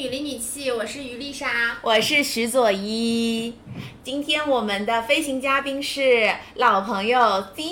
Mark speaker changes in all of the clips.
Speaker 1: 女里女气，我是于丽莎，
Speaker 2: 我是徐佐一。今天我们的飞行嘉宾是老朋友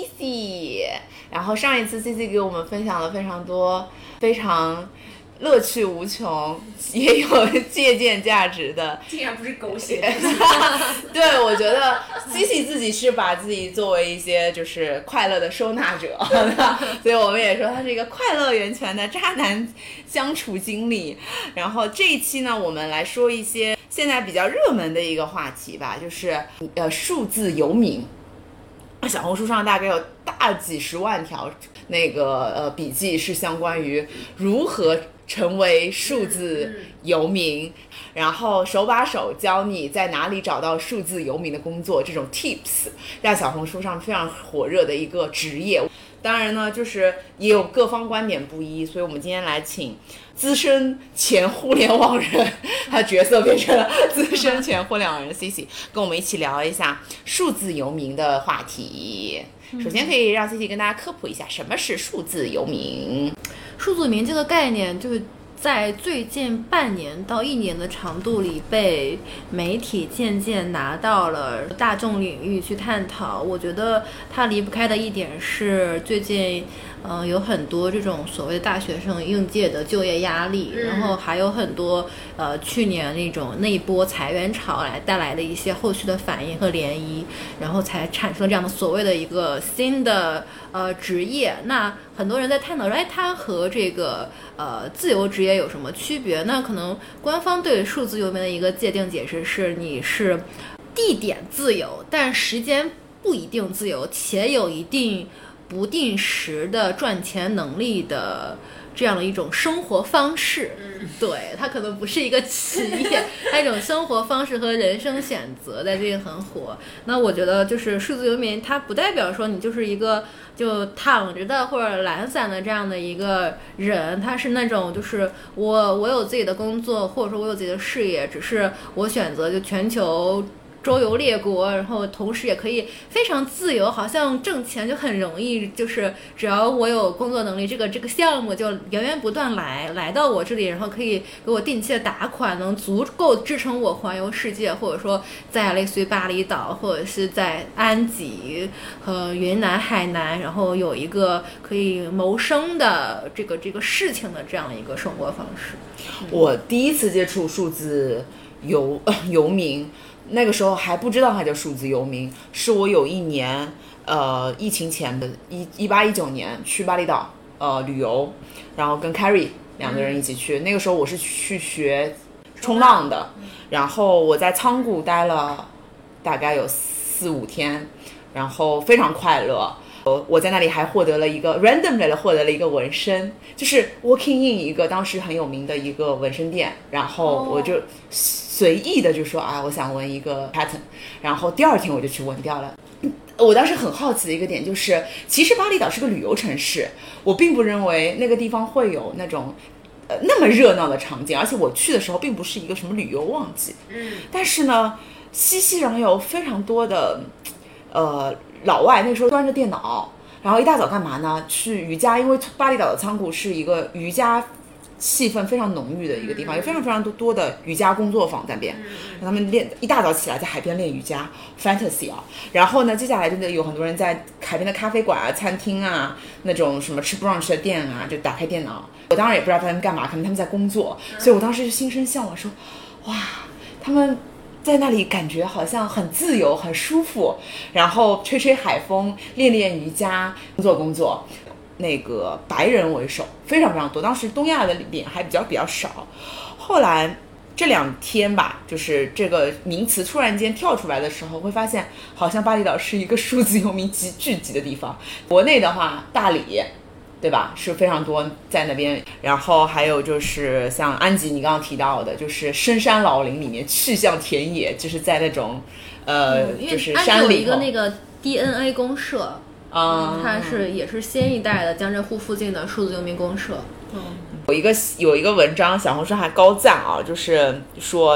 Speaker 2: Cici， 然后上一次 Cici 给我们分享了非常多非常乐趣无穷，也有借鉴价值的，
Speaker 1: 竟然不是狗血。
Speaker 2: 对，我觉得 Cici 自己是把自己作为一些就是快乐的收纳者，所以我们也说他是一个快乐源泉的渣男相处经历。然后这一期呢，我们来说一些现在比较热门的一个话题吧，就是数字游民。小红书上大概有大几十万条那个笔记是相关于如何成为数字游民，然后手把手教你在哪里找到数字游民的工作，这种 tips 在小红书上非常火热的一个职业。当然呢，就是也有各方观点不一，所以我们今天来请资深前互联网人，他角色变成了资深前互联网人 Cici， 跟我们一起聊一下数字游民的话题。首先可以让 Cici 跟大家科普一下什么是数字游民。
Speaker 3: 数字游民这个概念就是在最近半年到1年的长度里被媒体渐渐拿到了大众领域去探讨。我觉得它离不开的一点是最近有很多这种所谓的大学生应届的就业压力，然后还有很多去年那一波裁员潮带来的一些后续的反应和涟漪，然后才产生这样的所谓的一个新的职业。那很多人在探讨说，它和这个自由职业有什么区别？那可能官方对数字游民的一个界定解释是，你是地点自由，但时间不一定自由，且有一定不定时的赚钱能力的这样的一种生活方式。对，它可能不是一个企业，它一种生活方式和人生选择在最近很火。那我觉得就是数字游民，它不代表说你就是一个就躺着的或者懒散的这样的一个人，他是那种就是我有自己的工作，或者说我有自己的事业，只是我选择就全球周游列国，然后同时也可以非常自由，好像挣钱就很容易，就是只要我有工作能力，这个项目就源源不断来到我这里，然后可以给我定期的打款，能足够支撑我环游世界，或者说在类似于巴厘岛或者是在安吉和云南海南，然后有一个可以谋生的这个事情的这样一个生活方式。
Speaker 2: 我第一次接触数字游民，那个时候还不知道它叫数字游民，是我有一年疫情前的18-19年去巴厘岛旅游，然后跟 Carrie 2个人一起去，那个时候我是去学冲浪的，然后我在仓库待了大概有4-5天，然后非常快乐。我在那里还获得了一个 randomly 获得了一个纹身，就是 walking in 一个当时很有名的一个纹身店，然后我就随意的就说我想纹一个 pattern， 然后第2天我就去纹掉了。我当时很好奇的一个点就是，其实巴厘岛是个旅游城市，我并不认为那个地方会有那种那么热闹的场景，而且我去的时候并不是一个什么旅游旺季，但是呢熙熙攘有非常多的老外，那个时候端着电脑，然后一大早干嘛呢？去瑜伽，因为巴厘岛的仓库是一个瑜伽气氛非常浓郁的一个地方，有非常非常多的瑜伽工作坊在那边，让他们一大早起来在海边练瑜伽 fantasy 啊。然后呢，接下来真的有很多人在海边的咖啡馆啊、餐厅啊，那种什么吃 brunch 的店啊，就打开电脑。我当然也不知道他们干嘛，可能他们在工作，所以我当时就心生向往，说哇，他们在那里感觉好像很自由很舒服，然后吹吹海风，练练瑜伽，工作，那个白人为首，非常非常多，当时东亚的脸还比较少。后来这2天吧，就是这个名词突然间跳出来的时候，会发现好像巴厘岛是一个数字游民聚集的地方。国内的话，大理对吧，是非常多在那边，然后还有就是像安吉你刚刚提到的，就是深山老林里面去向田野，就是在那种就是山里头。
Speaker 3: 有一个那个 DNA 公社，它也是新一代的江浙沪附近的数字游民公社。
Speaker 2: 有一个文章，小红书还高赞啊，就是说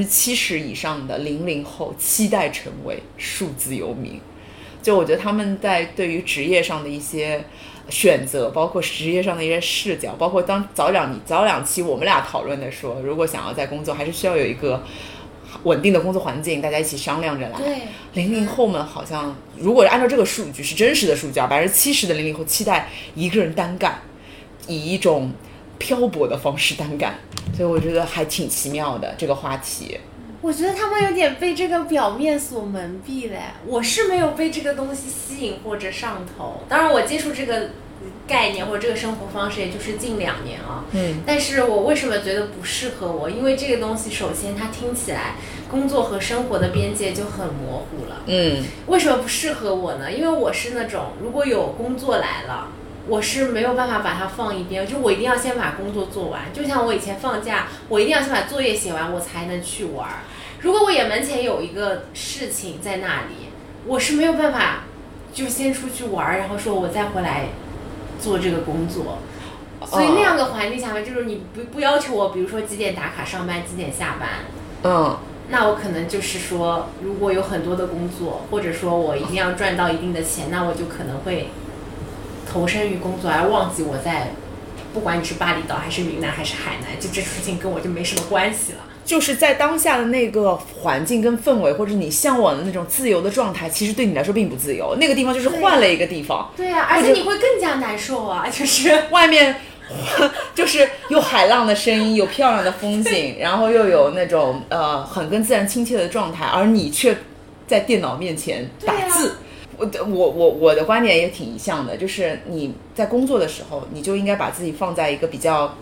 Speaker 2: 70%以上的00后期待成为数字游民。就我觉得他们在对于职业上的一些选择，包括职业上的一些视角，包括早两期我们俩讨论的说，如果想要在工作，还是需要有一个稳定的工作环境，大家一起商量着来。
Speaker 1: 对
Speaker 2: 00后们好像，如果按照这个数据是真实的数据啊，70%的00后期待一个人单干，以一种漂泊的方式单干，所以我觉得还挺奇妙的这个话题。
Speaker 1: 我觉得他们有点被这个表面所蒙蔽了，我是没有被这个东西吸引或者上头。当然，我接触这个概念或者这个生活方式，也就是近2年啊。但是我为什么觉得不适合我？因为这个东西，首先它听起来工作和生活的边界就很模糊了。为什么不适合我呢？因为我是那种如果有工作来了，我是没有办法把它放一边，就我一定要先把工作做完。就像我以前放假，我一定要先把作业写完，我才能去玩。如果我眼门前有一个事情在那里，我是没有办法就先出去玩，然后说我再回来做这个工作。所以那样的环境下面，就是你不要求我，比如说几点打卡上班，几点下班。那我可能就是说，如果有很多的工作，或者说我一定要赚到一定的钱，那我就可能会投身于工作，而忘记我在，不管你是巴厘岛还是云南还是海南，就这事情跟我就没什么关系了。
Speaker 2: 就是在当下的那个环境跟氛围，或者你向往的那种自由的状态，其实对你来说并不自由。那个地方就是换了一个地方。
Speaker 1: 对啊，而且你会更加难受啊，就是
Speaker 2: 外面就是有海浪的声音，有漂亮的风景，然后又有那种很跟自然亲切的状态，而你却在电脑面前打字。我的观点也挺一样的，就是你在工作的时候，你就应该把自己放在一个比较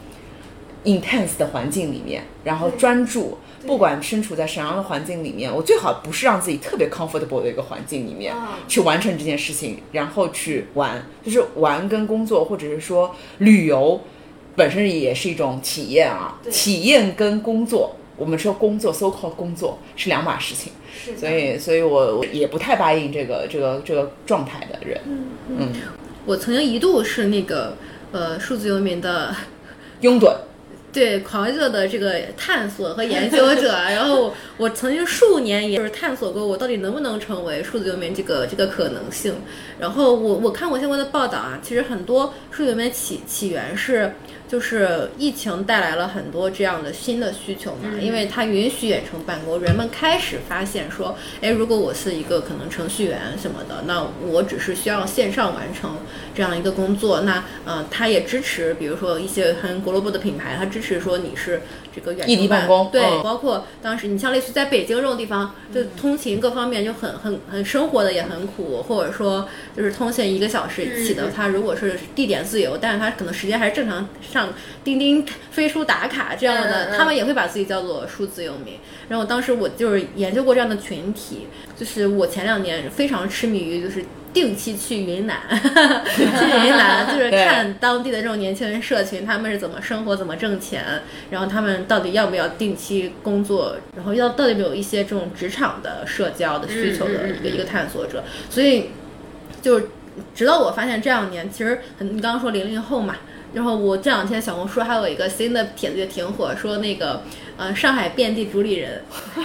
Speaker 2: intense 的环境里面，然后专注，不管身处在什么样的环境里面，我最好不是让自己特别 comfortable 的一个环境里面去完成这件事情，然后去玩，就是玩跟工作或者是说旅游本身也是一种体验啊，体验跟工作，我们说工作 so called 工作是两码事情，所以我也不太答应这个状态的人。
Speaker 3: 我曾经一度是那个数字游民的
Speaker 2: 拥趸。
Speaker 3: 对，狂热的这个探索和研究者，然后我曾经数年也就是探索过我到底能不能成为数字游民这个可能性。然后我看过相关的报道啊，其实很多数字游民起源是就是疫情带来了很多这样的新的需求嘛，因为它允许远程办公，人们开始发现说，如果我是一个可能程序员什么的，那我只是需要线上完成这样一个工作，那它也支持，比如说一些很 global 的品牌，它支持说你是这个远程
Speaker 2: 异地办公，
Speaker 3: 对，包括当时你像类似在北京这种地方，就通勤各方面就很生活的也很苦，或者说就是通勤1个小时起的，它如果是地点自由，但是它可能时间还是正常上钉钉飞书打卡这样的，他们也会把自己叫做数字游民。然后当时我就是研究过这样的群体，就是我前2年非常痴迷于就是定期去云南去云南就是看当地的这种年轻人社群，他们是怎么生活怎么挣钱，然后他们到底要不要定期工作，然后到底有没有一些这种职场的社交的需求的一个探索者。所以就是直到我发现这2年其实你刚刚说00后嘛，然后我这2天小红书还有一个新的帖子也挺火，说那个上海遍地主理人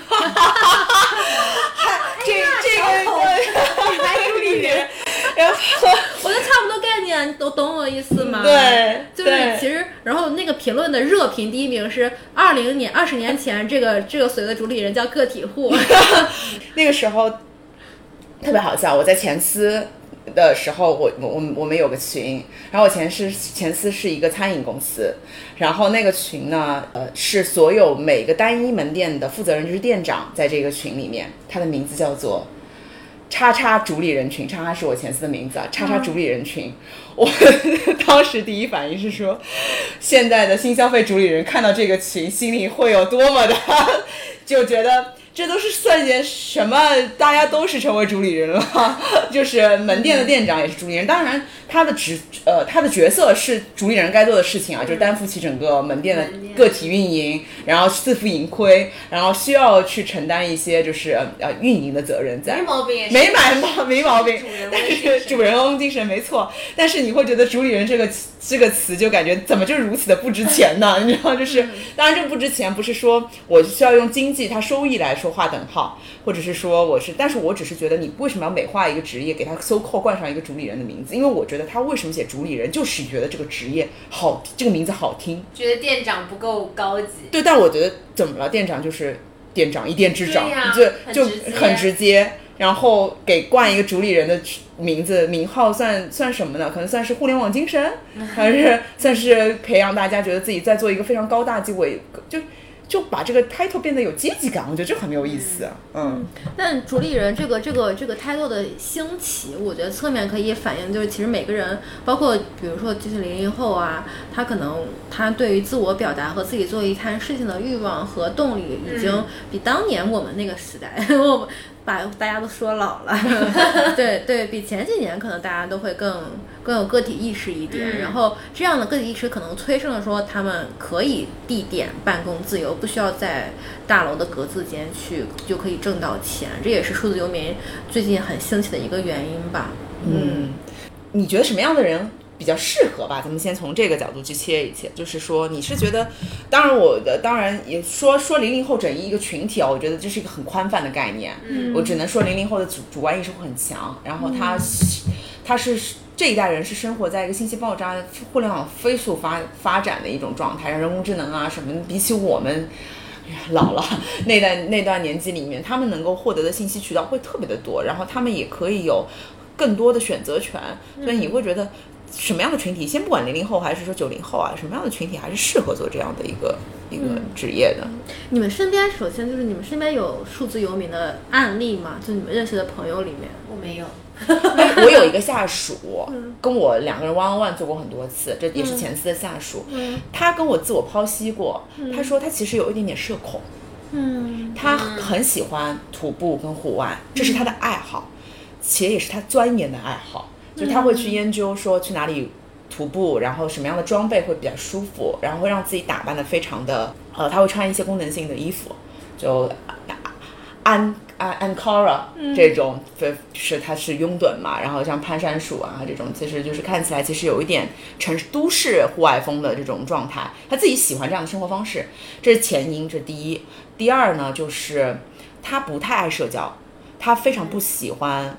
Speaker 2: 这个
Speaker 1: 品牌主理人，
Speaker 2: 然后
Speaker 3: 我觉得差不多概念，你都懂我意思吗？
Speaker 2: 对，
Speaker 3: 就是其实，然后那个评论的热评第1名是20年前这个所谓的主理人叫个体户，
Speaker 2: 那个时候特别好笑，我在前司的时候，我们有个群，然后前司是一个餐饮公司，然后那个群呢，是所有每个单一门店的负责人，就是店长，在这个群里面，他的名字叫做叉叉主理人群，叉叉是我前司的名字啊，叉叉主理人群。我当时第一反应是说，现在的新消费主理人看到这个群，心里会有多么的，就觉得这都是算件什么？大家都是成为主理人了，就是门店的店长也是主理人。当然，他的角色是主理人该做的事情啊，就是担负起整个门店的个体运营，然后自负盈亏，然后需要去承担一些就是运营的责任在。
Speaker 1: 没毛病，
Speaker 2: 没毛病，但是主人翁精神没错。但是你会觉得主理人这个这个词就感觉怎么就如此的不值钱呢？你知道，就是当然这个不值钱不是说我需要用经济它收益来说划等号，或者是说但是我只是觉得你为什么要美化一个职业，给它冠上一个主理人的名字？因为我觉得他为什么写主理人，就是觉得这个职业好，这个名字好听，
Speaker 1: 觉得店长不够高级。
Speaker 2: 对，但我觉得怎么了？店长就是店长，一店之长，就很直接。然后给冠一个主理人的名号算什么呢？可能算是互联网精神，还是算是培养大家觉得自己在做一个非常高大就把这个 title 变得有阶级感，我觉得这很没有意思。
Speaker 3: 但主理人这个 title 的兴起，我觉得侧面可以反映，就是其实每个人，包括比如说就是00后啊，他可能他对于自我表达和自己做一摊事情的欲望和动力，已经比当年我们那个时代，我把大家都说老了，对，比前几年可能大家都会更有个体意识一点，然后这样的个体意识可能催生了说他们可以地点办公自由，不需要在大楼的格子间去就可以挣到钱，这也是数字游民最近很兴起的一个原因吧。
Speaker 2: 你觉得什么样的人比较适合吧？咱们先从这个角度去切一切，就是说你是觉得，当然也说00后整一个群体啊，我觉得这是一个很宽泛的概念。我只能说00后的主观意识会很强，然后他是这一代人是生活在一个信息爆炸、互联网飞速发展的一种状态，人工智能啊什么，比起我们老了那段年纪里面，他们能够获得的信息渠道会特别的多，然后他们也可以有更多的选择权，所以你会觉得什么样的群体，先不管00后还是说90后啊，什么样的群体还是适合做这样的一个职业的？
Speaker 3: 你们身边首先就是你们身边有数字游民的案例吗？就你们认识的朋友里面？
Speaker 1: 我没有。
Speaker 2: 我有一个下属，跟我2个人one-on-one做过很多次，这也是前司的下属。他跟我自我剖析过，他说他其实有一点点社恐。他很喜欢徒步跟户外，这是他的爱好，且也是他钻研的爱好。就是他会去研究说去哪里徒步，然后什么样的装备会比较舒服，然后会让自己打扮的非常的他会穿一些功能性的衣服，就Ankara 这种它是拥趸嘛，然后像攀山鼠啊这种，其实就是看起来其实有一点都市户外风的这种状态，他自己喜欢这样的生活方式，这是前因，这是第一。第二呢，就是他不太爱社交，他非常不喜欢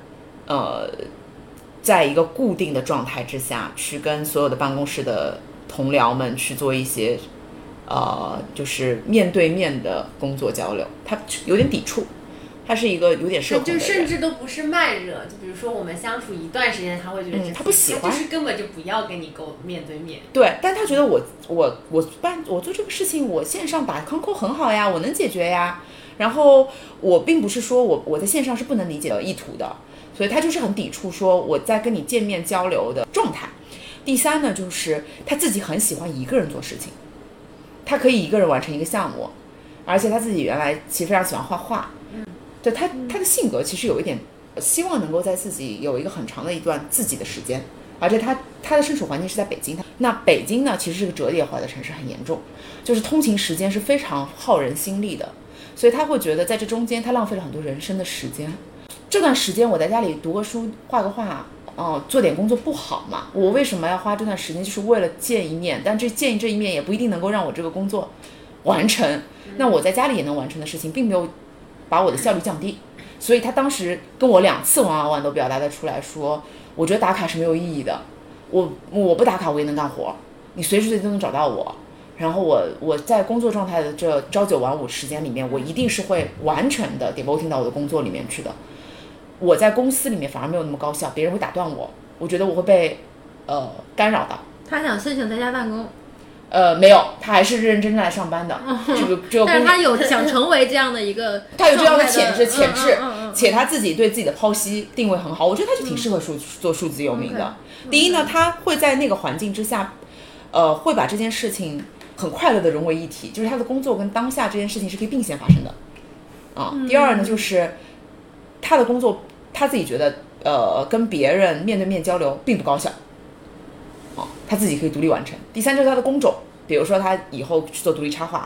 Speaker 2: 在一个固定的状态之下去跟所有的办公室的同僚们去做一些就是面对面的工作交流，他有点抵触，他是一个有点社恐的人，
Speaker 1: 就甚至都不是慢热，就比如说我们相处一段时间，他会觉得
Speaker 2: 他不喜欢，
Speaker 1: 他就是根本就不要跟你面对面。
Speaker 2: 对，但他觉得我做这个事情，我线上打康扣很好呀，我能解决呀。然后我并不是说我在线上是不能理解的意图的，所以他就是很抵触说我在跟你见面交流的状态。第三呢，就是他自己很喜欢一个人做事情，他可以一个人完成一个项目，而且他自己原来其实非常喜欢画画。对，他的性格其实有一点希望能够在自己有一个很长的一段自己的时间，而且他的身处环境是在北京。那北京呢，其实是个折叠化的城市，很严重，就是通勤时间是非常耗人心力的，所以他会觉得在这中间他浪费了很多人生的时间。这段时间我在家里读个书画个画做点工作不好嘛，我为什么要花这段时间，就是为了见一面，但见这一面也不一定能够让我这个工作完成，那我在家里也能完成的事情并没有把我的效率降低。所以他当时跟我2次1-on-1都表达得出来说，我觉得打卡是没有意义的，我不打卡我也能干活，你随时随地都能找到我，然后我在工作状态的这朝9晚5时间里面，我一定是会完全的 devoting 到我的工作里面去的。我在公司里面反而没有那么高效，别人会打断我觉得我会被干扰到。
Speaker 3: 他想申请在家办公，
Speaker 2: 没有，他还是认认真真来上班的。这个，
Speaker 3: 但是他有想成为这样的一个，
Speaker 2: 他有这样的潜质，且他自己对自己的剖析定位很好，我觉得他就挺适合做数字游民的。第一呢，他会在那个环境之下，会把这件事情很快乐的融为一体，就是他的工作跟当下这件事情是可以并线发生的。第二呢，就是他的工作他自己觉得跟别人面对面交流并不高效。他自己可以独立完成。第三就是他的工种，比如说他以后去做独立插画，或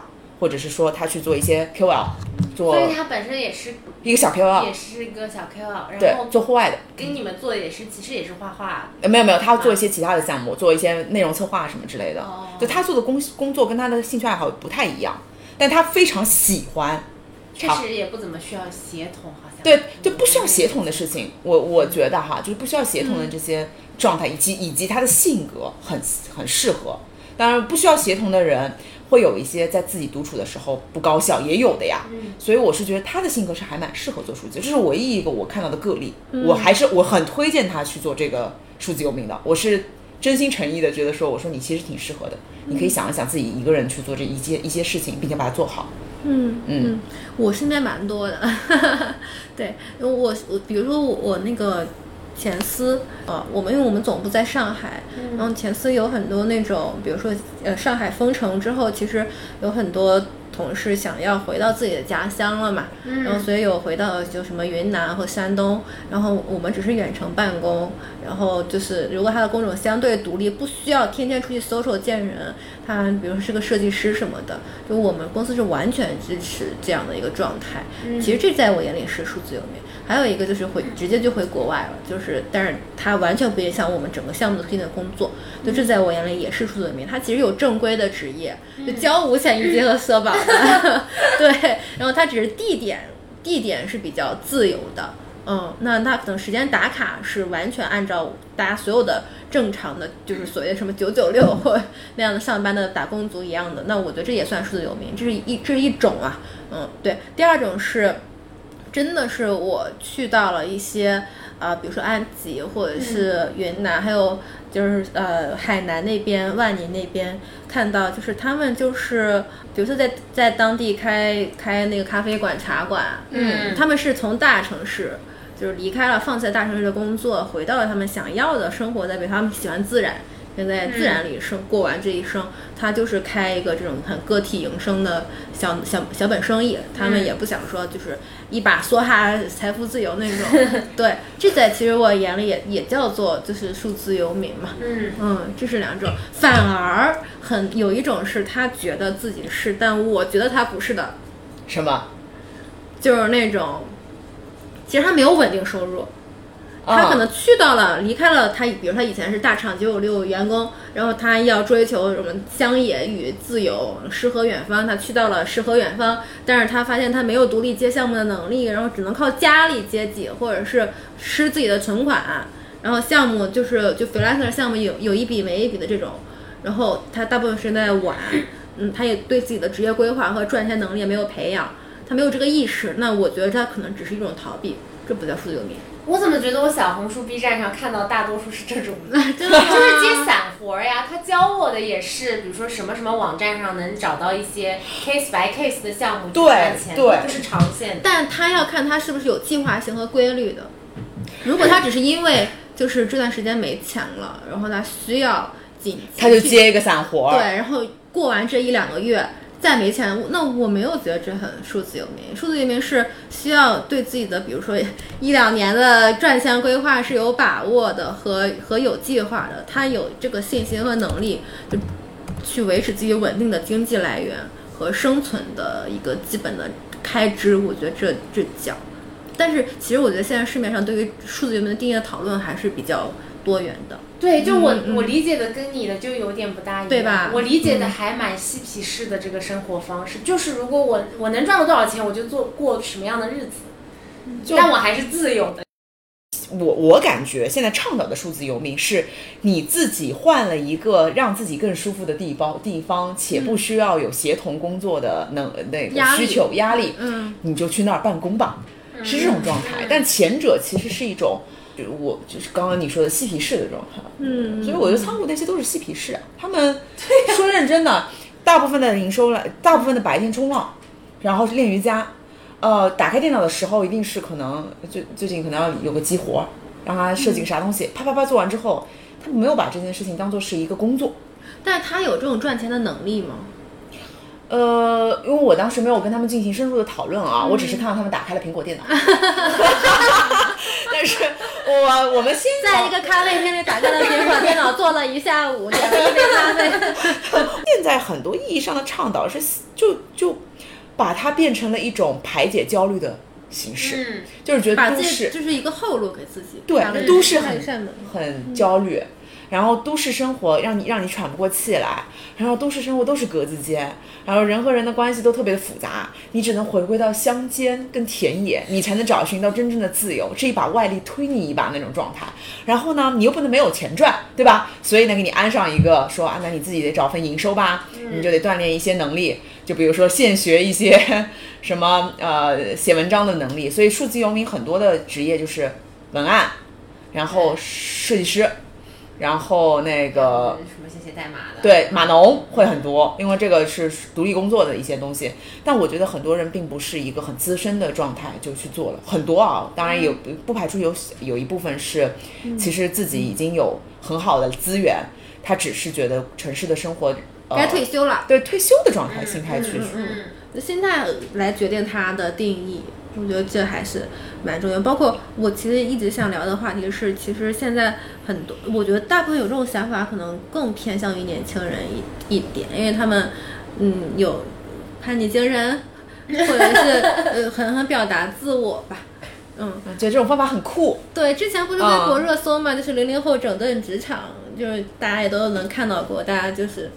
Speaker 2: 或者是说他去做一些 QL，
Speaker 1: 所以他本身也是
Speaker 2: 一个小 QL，
Speaker 1: 也是一个小 QL，
Speaker 2: 对
Speaker 1: 然后
Speaker 2: 做户外的，
Speaker 1: 跟你们做的也是其实也是画画。
Speaker 2: 没有，他要做一些其他的项目，做一些内容策划什么之类的。
Speaker 1: 哦，
Speaker 2: 就他做的工作跟他的兴趣爱好不太一样，但他非常喜欢。
Speaker 1: 确实也不怎么需要协同，好像
Speaker 2: 对，就不需要协同的事情，我觉得哈，就是不需要协同的这些状态，以及他的性格很适合。当然，不需要协同的人会有一些在自己独处的时候不高效，也有的呀。所以我是觉得他的性格是还蛮适合做数字，这是唯一一个我看到的个例。我很推荐他去做这个数字游民的，我是真心诚意的觉得说，我说你其实挺适合的，你可以想一想自己一个人去做这一些事情，并且把它做好。
Speaker 3: 我身边蛮多的，对，因为我比如说我那个前司，因为我们总部在上海，然后前司有很多那种，比如说上海封城之后，其实有很多同事想要回到自己的家乡了嘛，然后所以有回到就什么云南和山东，然后我们只是远程办公，然后就是如果他的工种相对独立，不需要天天出去 social 见人，他比如说是个设计师什么的，就我们公司是完全支持这样的一个状态。其实这在我眼里是数字游民。还有一个就是直接就回国外了，就是但是他完全不影响我们整个项目的推进的工作，就这在我眼里也是数字游民。他其实有正规的职业，就交五险一金和社保的，对，然后他只是地点是比较自由的。那他可能时间打卡是完全按照大家所有的正常的，就是所谓的什么996或那样的上班的打工族一样的。那我觉得这也算数字游民，这是一种啊。对。第二种是，真的是我去到了一些比如说安吉或者是云南，还有就是海南那边、万宁那边，看到就是他们就是比如说在当地开那个咖啡馆、茶馆，他们是从大城市就是离开了放弃了大城市的工作，回到了他们想要的生活，在比如他们喜欢自然，在自然里过完这一生，他就是开一个这种很个体营生的小本生意，他们也不想说就是一把梭哈财富自由那种。对，这在其实我眼里也叫做就是数字游民嘛。这是两种。反而有一种是他觉得自己是，但我觉得他不是的。
Speaker 2: 什么？
Speaker 3: 就是那种其实他没有稳定收入，他可能离开了他，比如他以前是大厂996员工，然后他要追求什么乡野与自由、诗和远方，他去到了诗和远方，但是他发现他没有独立接项目的能力，然后只能靠家里接济，或者是吃自己的存款，然后项目就 freelancer 项目有一笔没一笔的这种，然后他大部分时间在玩，他也对自己的职业规划和赚钱能力也没有培养，他没有这个意识，那我觉得他可能只是一种逃避，这不叫数字游民。
Speaker 1: 我怎么觉得我小红书、B 站上看到大多数是这种的，就是接散活呀。他教我的也是，比如说什么什么网站上能找到一些 case by case 的项目去赚钱，
Speaker 2: 对，
Speaker 1: 不是长线的。
Speaker 3: 但他要看他是不是有计划性和规律的。如果他只是因为就是这段时间没钱了，然后他需要紧急，
Speaker 2: 他就接一个散活，
Speaker 3: 对，然后过完这1-2个月。再没钱，那我没有觉得这很数字游民。数字游民是需要对自己的，比如说1-2年的赚钱规划是有把握的和有计划的，他有这个信心和能力，就去维持自己稳定的经济来源和生存的一个基本的开支。我觉得这叫。但是其实我觉得现在市面上对于数字游民的定义的讨论还是比较多元的。
Speaker 1: 对，就我理解的跟你的就有点不大一样，
Speaker 3: 对吧？
Speaker 1: 我理解的还蛮嬉皮士的这个生活方式，就是如果我能赚到多少钱，我就过什么样的日子，但我还是自由的。
Speaker 2: 我感觉现在倡导的数字游民是你自己换了一个让自己更舒服的地方，且不需要有协同工作的那个需求压力，你就去那儿办公吧，是这种状态。但前者其实是一种。就是刚刚你说的嬉皮士的状态，所以我觉得仓库那些都是嬉皮士啊。他们说认真的，大部分的营收大部分的白天冲浪，然后是练瑜伽，打开电脑的时候一定是可能最近可能要有个激活，让他设计个啥东西，啪啪啪做完之后，他们没有把这件事情当做是一个工作。
Speaker 3: 但是他有这种赚钱的能力吗？
Speaker 2: 因为我当时没有跟他们进行深入的讨论啊，我只是看到他们打开了苹果电脑。 但是我们先
Speaker 3: 在一个咖啡厅里打开了平板电脑，坐了一下午，点了一杯咖啡。
Speaker 2: 现在很多意义上的倡导是就把它变成了一种排解焦虑的形式，就是觉得都市
Speaker 3: 就是一个后路给自己。
Speaker 2: 对，都市
Speaker 3: 很
Speaker 2: 焦虑。然后都市生活让你喘不过气来，然后都市生活都是格子间，然后人和人的关系都特别的复杂，你只能回归到乡间跟田野，你才能找寻到真正的自由，是一把外力推你一把那种状态。然后呢，你又不能没有钱赚，对吧？所以呢，给你安上一个说那你自己得找份营收吧，你就得锻炼一些能力，就比如说现学一些什么写文章的能力。所以数字游民很多的职业就是文案，然后设计师。然后那个
Speaker 1: 什么写代码的，
Speaker 2: 对，码农会很多，因为这个是独立工作的一些东西。但我觉得很多人并不是一个很资深的状态就去做了，很多啊，当然不排除有一部分是，其实自己已经有很好的资源，他只是觉得城市的生活
Speaker 3: 该退休了，
Speaker 2: 对退休的状态心态去，
Speaker 3: 心态来决定它的定义。我觉得这还是蛮重要，包括我其实一直想聊的话题是，其实现在很多，我觉得大部分有这种想法，可能更偏向于年轻人一点，因为他们有叛逆精神，或者是很表达自我吧。
Speaker 2: 觉得这种方法很酷。
Speaker 3: 对，之前不是微博热搜嘛，就是00后整顿职场，就是大家也都能看到过，大家就是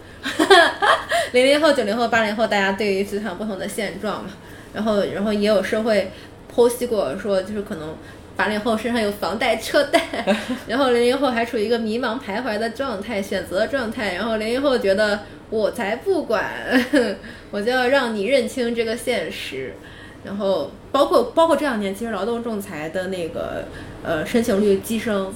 Speaker 3: 00后、90后、80后，大家对于职场不同的现状嘛。然后也有社会剖析过说，就是可能80后身上有房贷车贷，然后00后还处于一个迷茫徘徊的状态，选择状态，然后00后觉得我才不管，我就要让你认清这个现实。然后包括这2年，其实劳动仲裁的那个申请率激升。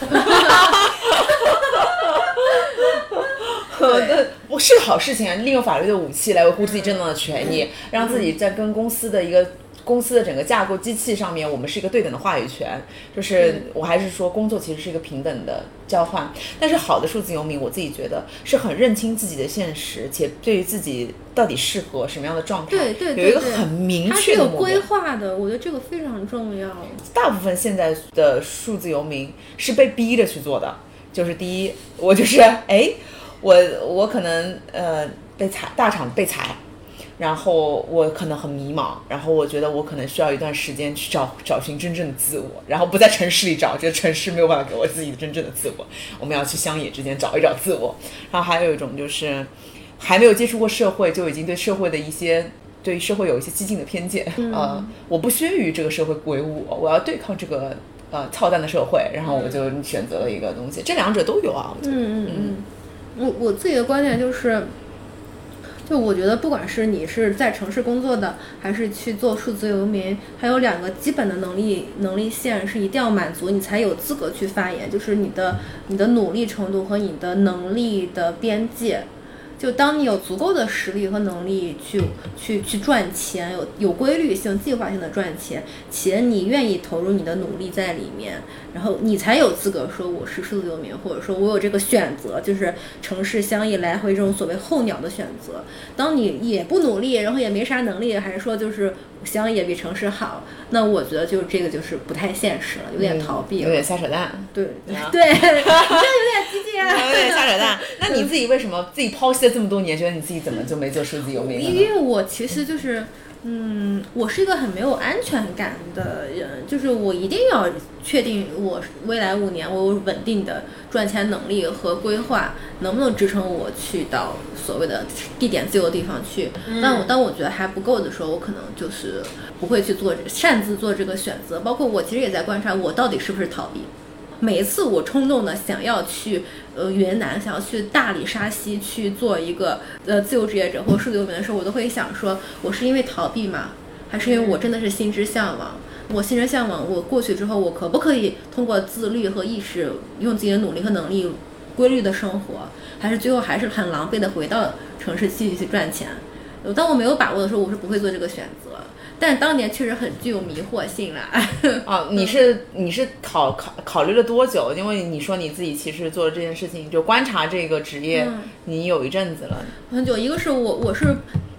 Speaker 2: 我是好事情啊，利用法律的武器来维护自己正当的权益，让自己在跟公司的整个架构机器上面，我们是一个对等的话语权。就是我还是说，工作其实是一个平等的交换。但是好的数字游民，我自己觉得是很认清自己的现实，且对于自己到底适合什么样的状态，
Speaker 3: 对
Speaker 2: 有一个很明确的目标，
Speaker 3: 它是有规划的。我觉得这个非常重要。
Speaker 2: 大部分现在的数字游民是被逼着去做的。就是第一，我就是我可能大厂被裁，然后我可能很迷茫，然后我觉得我可能需要一段时间去找寻真正的自我，然后不在城市里找，觉得城市没有办法给我自己真正的自我，我们要去乡野之间找一找自我。然后还有一种就是还没有接触过社会，就已经对社会有一些激进的偏见，我不屑于这个社会为伍，我要对抗这个操蛋的社会，然后我就选择了一个东西，这两者都有啊。
Speaker 3: 我自己的观点就是，就我觉得不管是你是在城市工作的，还是去做数字游民，还有2个基本的能力线是一定要满足，你才有资格去发言，就是你的努力程度和你的能力的边界。就当你有足够的实力和能力去赚钱，有规律性、计划性的赚钱，且你愿意投入你的努力在里面，然后你才有资格说我是数字游民，或者说我有这个选择，就是城市乡野来回这种所谓候鸟的选择。当你也不努力，然后也没啥能力，还是说就是乡野比城市好，那我觉得就这个就是不太现实了，有点逃避了，
Speaker 2: 有点瞎扯淡。
Speaker 3: 对，你这有点激进啊，
Speaker 2: 有点瞎扯淡。那你自己为什么自己剖析了这么多年，觉得你自己怎么就没做数字游民呢？
Speaker 3: 因为我其实就是我是一个很没有安全感的人，就是我一定要确定我未来5年我有稳定的赚钱能力和规划，能不能支撑我去到所谓的地点自由的地方去。当我觉得还不够的时候，我可能就是不会去擅自做这个选择。包括我其实也在观察我到底是不是逃避。每一次我冲动的想要去云南，想要去大理、沙溪去做一个自由职业者或数字游民的时候，我都会想说，我是因为逃避吗？还是因为我真的是心之向往？我心之向往，我过去之后，我可不可以通过自律和意识，用自己的努力和能力，规律的生活？还是最后还是很狼狈的回到城市继续去赚钱？当我没有把握的时候，我是不会做这个选择。但当年确实很具有迷惑性啦。
Speaker 2: 你是考虑了多久？因为你说你自己其实做了这件事情，就观察这个职业，你有一阵子了。
Speaker 3: 很久。一个是我是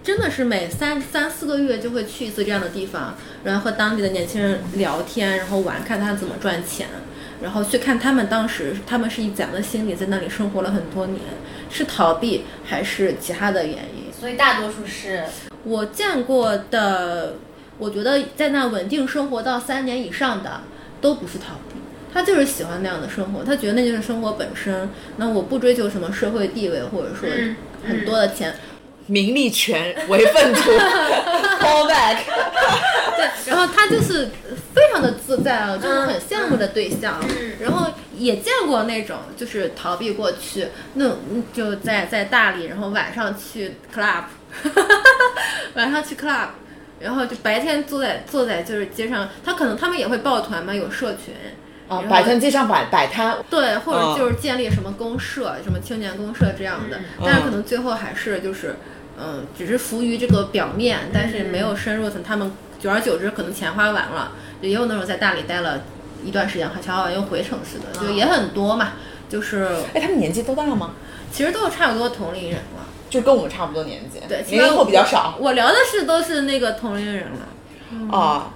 Speaker 3: 真的是每三四个月就会去一次这样的地方，然后和当地的年轻人聊天，然后玩，看他怎么赚钱，然后去看他们当时他们是以怎样的心理在那里生活了很多年，是逃避还是其他的原因。
Speaker 1: 所以大多数是
Speaker 3: 我见过的，我觉得在那稳定生活到3年以上的都不是逃避，他就是喜欢那样的生活，他觉得那就是生活本身。那我不追求什么社会地位，或者说很多的钱，
Speaker 2: 名利权为粪土，call back。
Speaker 3: 对，然后他就是非常的自在啊，就是很羡慕的对象。然后也见过那种就是逃避过去，那就在大理，然后晚上去 club， 晚上去 club。然后就白天坐在就是街上，他们也会抱团嘛，有社群
Speaker 2: 啊，摆摊街上摆摊，
Speaker 3: 对，或者就是建立什么公社，什么青年公社这样的，但是可能最后还是就是只是浮于这个表面，但是没有深入层。他们久而久之可能钱花完了，也有那种在大理待了一段时间，钱花完又回城市的，就也很多嘛。就是
Speaker 2: 他们年纪都大吗？
Speaker 3: 其实都差不多同龄人了。
Speaker 2: 就跟我们差不多年纪，
Speaker 3: 对
Speaker 2: ，00后比较少。
Speaker 3: 我聊的都是那个同龄人了。
Speaker 2: 啊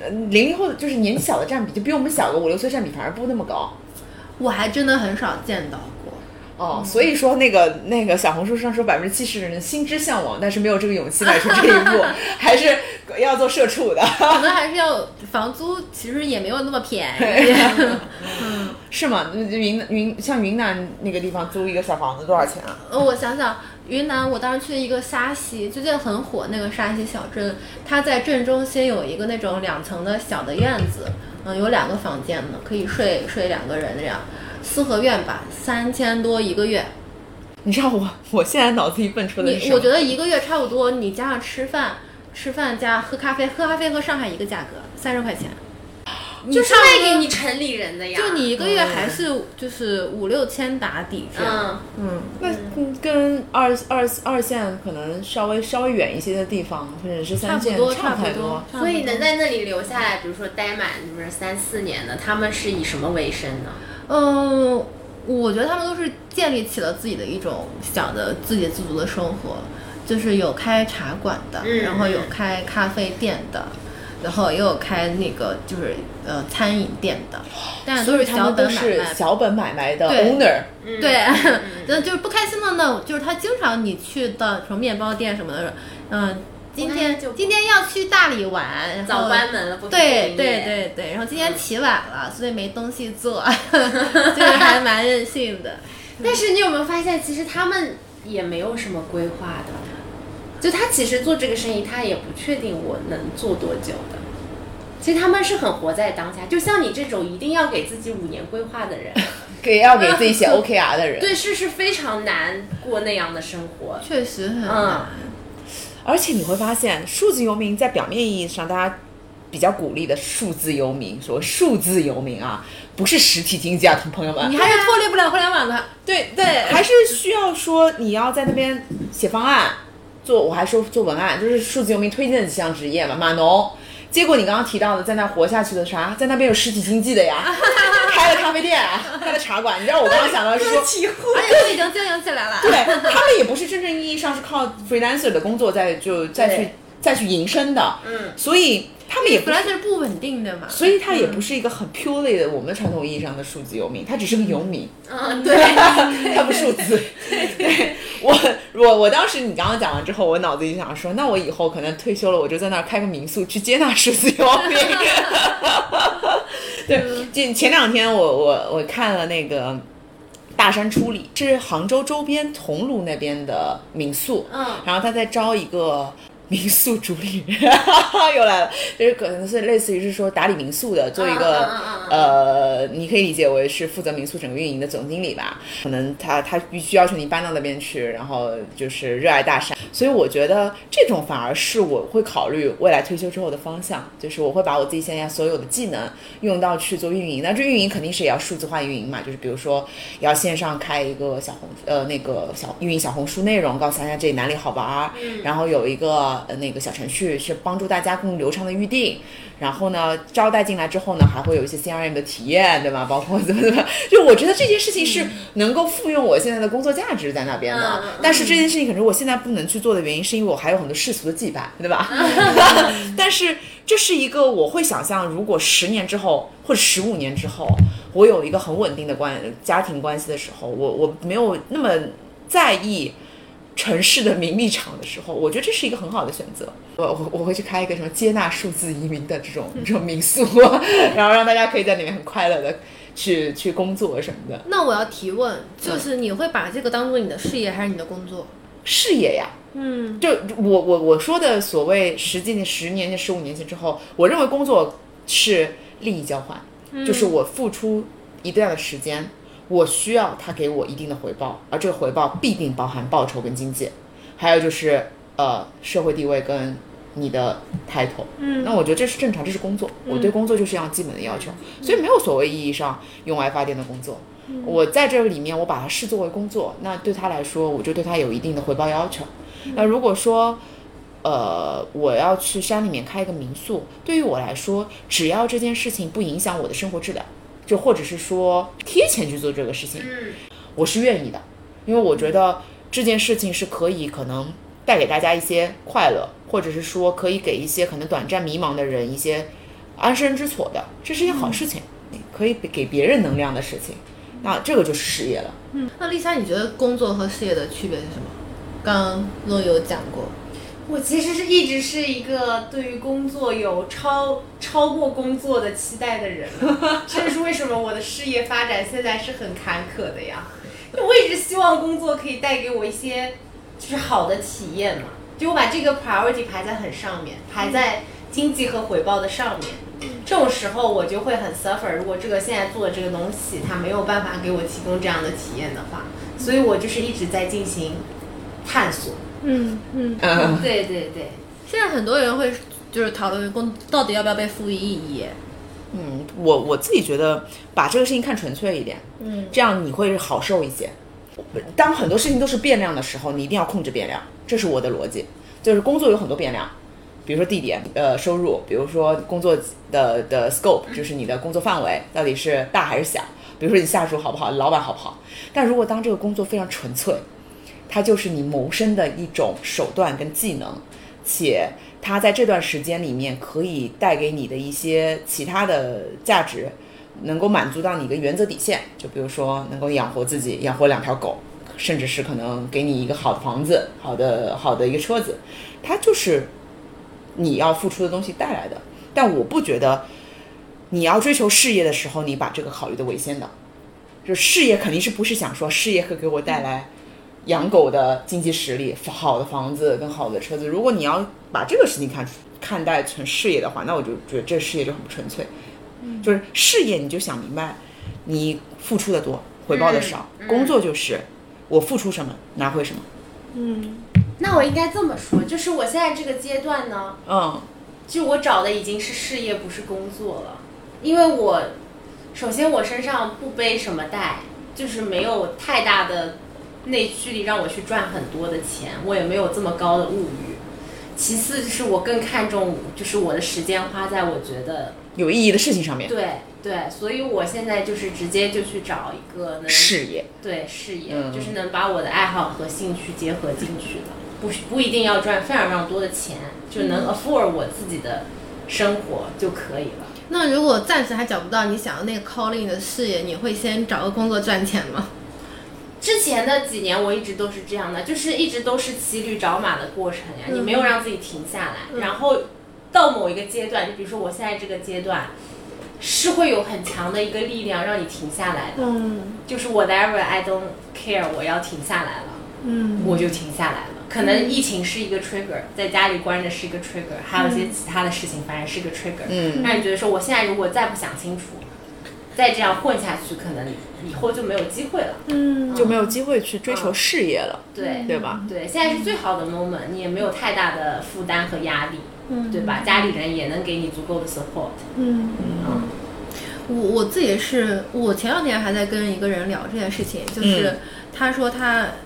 Speaker 2: ，00后就是年纪小的占比，就比我们小个5、6岁占比反而不那么高。
Speaker 3: 我还真的很少见到过。
Speaker 2: 哦，所以说那个小红书上说70%的人心之向往，但是没有这个勇气迈出这一步，还是要做社畜的。
Speaker 3: 可能还是要房租，其实也没有那么便宜。
Speaker 2: 是吗？像云南那个地方租一个小房子多少钱啊？
Speaker 3: 我想想，云南我当时去一个沙溪，最近很火那个沙溪小镇，它在镇中心有一个那种2层的小的院子，有2个房间的，可以睡2个人这样。4合院吧，3000多1个月。
Speaker 2: 你知道我现在脑子里蹦出的是什么？
Speaker 3: 我觉得1个月差不多，你加上吃饭加喝咖啡和上海一个价格，30块钱。
Speaker 1: 就是卖给你城里人的呀。
Speaker 3: 就你1个月还是就是5、6千打底这样。
Speaker 2: 那跟二线可能稍微远一些的地方，或者是3线差不多。
Speaker 1: 所以能在那里留下来，比如说待满3、4年的，他们是以什么为生呢？
Speaker 3: 我觉得他们都是建立起了自己的一种小的自给自足的生活，就是有开茶馆的，然后有开咖啡店的。然后也有开那个就是餐饮店的，但都是
Speaker 2: 小本买卖的 owner。
Speaker 3: 对，就是不开心的呢，就是他经常你去的什么面包店什么的，今天要去大理玩，
Speaker 1: 早关门了，不
Speaker 3: 对，然后今天起晚了，所以没东西做，这个还蛮任性的。
Speaker 1: 但是你有没有发现，其实他们也没有什么规划的。就他其实做这个生意，他也不确定我能做多久的。其实他们是很活在当下，就像你这种一定要给自己5年规划的人，
Speaker 2: 要给自己写 OKR 的人，
Speaker 1: 对，是非常难过那样的生活，
Speaker 3: 确实很难。
Speaker 2: 而且你会发现，数字游民在表面意义上，大家比较鼓励的数字游民，说数字游民啊，不是实体经济啊，朋友们，
Speaker 3: 你还是脱离不了互联网的。
Speaker 2: 对，还是需要说你要在那边写方案。我还说做文案，就是数字游民推荐的几项职业嘛，码农。结果你刚刚提到的，在那活下去的啥，在那边有实体经济的呀，开了咖啡店啊，开了茶馆。你知道我刚刚想到是说，
Speaker 3: 而且都已经经营起来了。
Speaker 2: 对，他们也不是真正意义上是靠 freelancer 的工作再去营生的。所以他们也
Speaker 3: 本来是不稳定的嘛，
Speaker 2: 所以他也不是一个很 purely 的我们传统意义上的数字游民，他只是个游民。
Speaker 1: 对，
Speaker 2: 他不数字。对，我当时你刚刚讲完之后，我脑子里想说，那我以后可能退休了，我就在那儿开个民宿去接纳数字游民。对，前2天我看了那个大山初里，是杭州周边桐庐那边的民宿，然后他在招一个民宿主理人，又来了，就是可能是类似于是说打理民宿的，做一个你可以理解为是负责民宿整个运营的总经理吧。可能他必须要求你搬到那边去，然后就是热爱大山。所以我觉得这种反而是我会考虑未来退休之后的方向，就是我会把我自己现在所有的技能用到去做运营。那这运营肯定是也要数字化运营嘛，就是比如说要线上开一个运营小红书内容，告诉大家这里哪里好玩，然后有一个的那个小程序，是帮助大家更流畅的预定。然后呢，招待进来之后呢，还会有一些 CRM 的体验，对吧？包括怎么，就我觉得这件事情是能够复用我现在的工作价值在那边的。但是这件事情可能我现在不能去做的原因，是因为我还有很多世俗的羁绊，对吧？但是这是一个我会想象，如果10年之后或者15年之后，我有一个很稳定的家庭关系的时候，我没有那么在意城市的名利场的时候，我觉得这是一个很好的选择。我会去开一个什么接纳数字移民的这种民宿，然后让大家可以在里面很快乐的去工作什么的。
Speaker 3: 那我要提问，就是你会把这个当做你的事业还是你的工作？
Speaker 2: 事业呀。就我说的所谓实际的10年前、15年前之后，我认为工作是利益交换，就是我付出一段的时间，我需要他给我一定的回报，而这个回报必定包含报酬跟经济，还有就是社会地位跟你的 title。那我觉得这是正常，这是工作，我对工作就是这样基本的要求，所以没有所谓意义上用爱发电的工作。我在这个里面，我把它视作为工作，那对他来说，我就对他有一定的回报要求。那如果说我要去山里面开一个民宿，对于我来说，只要这件事情不影响我的生活质量，就或者是说贴钱去做这个事情，我是愿意的，因为我觉得这件事情是可能带给大家一些快乐，或者是说可以给一些可能短暂迷茫的人一些安身之所的，这是一件好事情，可以给别人能量的事情，那这个就是事业了。
Speaker 3: 那丽莎，你觉得工作和事业的区别是什么？刚刚洛有讲过。
Speaker 1: 我其实一直是一个对于工作有超过工作的期待的人，这是为什么我的事业发展现在是很坎坷的呀。我一直希望工作可以带给我一些就是好的体验嘛，就我把这个 priority 排在很上面，排在经济和回报的上面。这种时候我就会很 suffer， 如果这个现在做的这个东西它没有办法给我提供这样的体验的话，所以我就是一直在进行探索。对对对。
Speaker 3: 现在很多人会就是讨论到底要不要被赋予意义。
Speaker 2: 我自己觉得把这个事情看纯粹一点，这样你会好受一些。当很多事情都是变量的时候，你一定要控制变量，这是我的逻辑。就是工作有很多变量，比如说地点、收入，比如说工作的 scope， 就是你的工作范围到底是大还是小，比如说你下属好不好，老板好不好。但如果当这个工作非常纯粹，它就是你谋生的一种手段跟技能，且它在这段时间里面可以带给你的一些其他的价值，能够满足到你的原则底线，就比如说能够养活自己，养活2条狗，甚至是可能给你一个好的房子，好的一个车子，它就是你要付出的东西带来的。但我不觉得你要追求事业的时候，你把这个考虑的为先的，就事业肯定是不是想说事业会给我带来养狗的经济实力、好的房子跟好的车子。如果你要把这个事情看待成事业的话，那我就觉得这事业就很不纯粹。就是事业你就想明白，你付出的多，回报的少。工作就是我付出什么拿回什么。
Speaker 1: 那我应该这么说，就是我现在这个阶段呢，就我找的已经是事业，不是工作了。因为首先我身上不背什么贷，就是没有太大的内驱力让我去赚很多的钱，我也没有这么高的物欲。其次就是我更看重就是我的时间花在我觉得
Speaker 2: 有意义的事情上面。
Speaker 1: 对，所以我现在就是直接就去找一个
Speaker 2: 事业，
Speaker 1: 对事业，就是能把我的爱好和兴趣结合进去的，不一定要赚非常非常多的钱，就能 afford 我自己的生活就可以了。
Speaker 3: 那如果暂时还找不到你想要那个 calling 的事业，你会先找个工作赚钱吗？
Speaker 1: 之前的几年我一直都是这样的，就是一直都是骑驴找马的过程呀，你没有让自己停下来，然后到某一个阶段，就比如说我现在这个阶段，是会有很强的一个力量让你停下来的，就是 whatever I don't care， 我要停下来了，我就停下来了。可能疫情是一个 trigger， 在家里关着是一个 trigger， 还有一些其他的事情，反正是一个 trigger，让你觉得说我现在如果再不想清楚，再这样混下去，可能以后就没有机会了，
Speaker 2: 就没有机会去追求事业了，对吧？
Speaker 1: 对，现在是最好的 moment， 你也没有太大的负担和压力，对吧？家里人也能给你足够的 support。
Speaker 3: 我自己是，我前2天还在跟一个人聊这件事情，就是他说他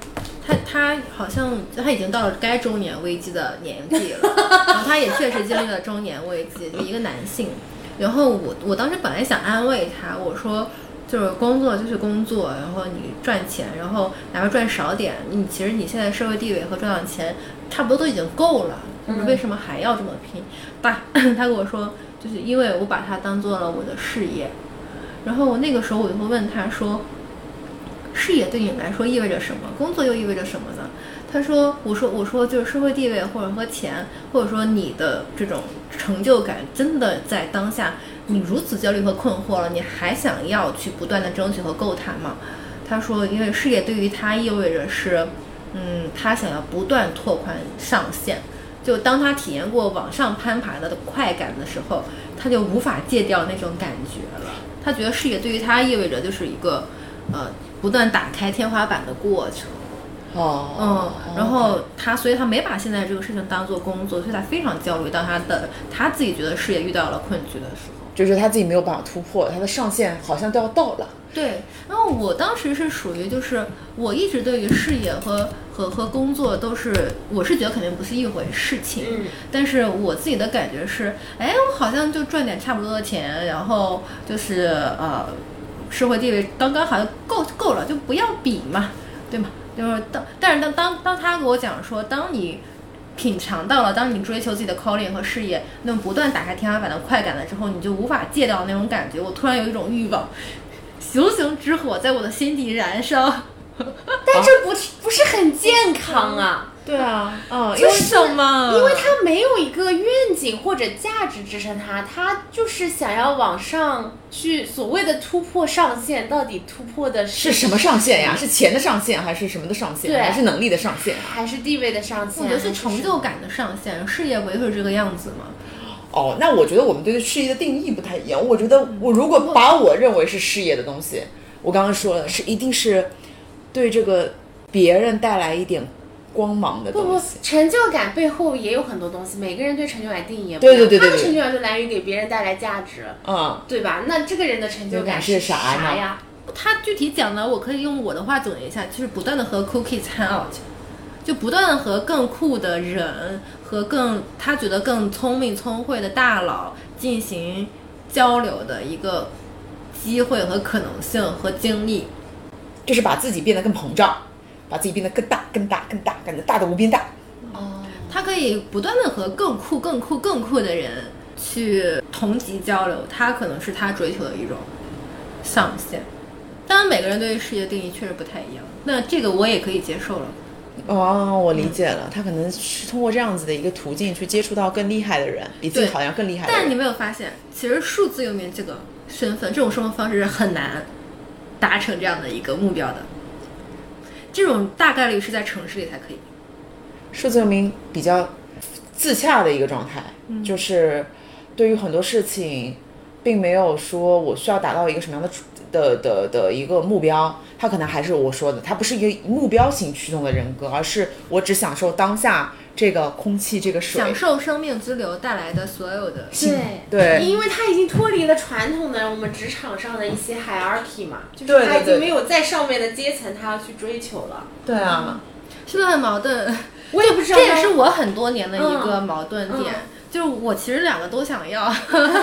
Speaker 3: 他好像他已经到了该中年危机的年纪了，然后他也确实经历了中年危机，就一个男性。然后我当时本来想安慰他，我说就是工作就是工作，然后你赚钱，然后哪怕赚少点，其实你现在社会地位和赚到钱差不多都已经够了，就是为什么还要这么拼？他跟我说，就是因为我把它当做了我的事业。然后那个时候我就会问他说，事业对你来说意味着什么？工作又意味着什么呢？他说，我说就是社会地位或者和钱，或者说你的这种成就感，真的在当下你如此焦虑和困惑了，你还想要去不断的争取和够它吗？他说，因为事业对于他意味着是，他想要不断拓宽上限。就当他体验过往上攀爬的快感的时候，他就无法戒掉那种感觉了。他觉得事业对于他意味着就是一个，不断打开天花板的过程。然后所以他没把现在这个事情当做工作，所以他非常焦虑。当他自己觉得事业遇到了困局的时候，
Speaker 2: 就是他自己没有办法突破，他的上限好像都要到了。
Speaker 3: 对，然后我当时是属于就是我一直对于事业和工作我是觉得肯定不是一回事情，但是我自己的感觉是，我好像就赚点差不多的钱，然后就是社会地位刚刚好像够了，就不要比嘛，对吗？就是但是当他给我讲说，当你品尝到了，当你追求自己的 calling 和事业那种不断打开天花板的快感了之后，你就无法戒掉那种感觉。我突然有一种欲望，熊熊之火在我的心底燃烧。
Speaker 1: 但这不是很健康啊。
Speaker 2: 对啊，
Speaker 3: 为什么？
Speaker 1: 因为他没有一个愿景或者价值支撑他就是想要往上去，所谓的突破上限，到底突破的
Speaker 2: 是什么上限呀？是钱的上限，还是什么的上限？还是能力的上限？
Speaker 1: 还是地位的上限？
Speaker 3: 我觉得是成就感的上限。事业不就是这个样子吗？
Speaker 2: 那我觉得我们对事业的定义不太一样。我觉得我如果把我认为是事业的东西，我刚刚说了，一定是对这个别人带来一点光芒的东西。
Speaker 1: 不，成就感背后也有很多东西，每个人对成就感定义也不一样。对，他的成就感就来源于给别人带来价值，对吧？那这个人的成就感是啥呀？
Speaker 3: 他具体讲呢，我可以用我的话总结一下，就是不断的和 cookies hang out， 就不断的和更酷的人和他觉得更聪明聪慧的大佬进行交流的一个机会和可能性和经历，
Speaker 2: 就是把自己变得更膨胀，把自己变得更大更大更大，感觉大的无边大。
Speaker 3: 他可以不断的和更酷的人去同级交流，他可能是他追求的一种上限。当然每个人对于事业的定义确实不太一样，那这个我也可以接受了。
Speaker 2: 我理解了，他可能是通过这样子的一个途径去接触到更厉害的人，比自己好像更厉害的人。
Speaker 3: 但你没有发现，其实数字游民这个身份，这种生活方式是很难达成这样的一个目标的，这种大概率是在城市里才可以。
Speaker 2: 数字游民比较自洽的一个状态，就是对于很多事情并没有说我需要达到一个什么样的一个目标，他可能还是我说的，他不是一个目标型驱动的人格，而是我只享受当下这个空气这个水，
Speaker 3: 享受生命之流带来的所有的
Speaker 2: 对，
Speaker 1: 因为他已经脱离了传统的我们职场上的一些 hierarchy 嘛，就是他已经没有在上面的阶层他要去追求了。
Speaker 2: 对啊，
Speaker 3: 是不是很矛盾？
Speaker 1: 我也不知道，
Speaker 3: 这也是我很多年的一个矛盾点，就是我其实两个都想要，所以我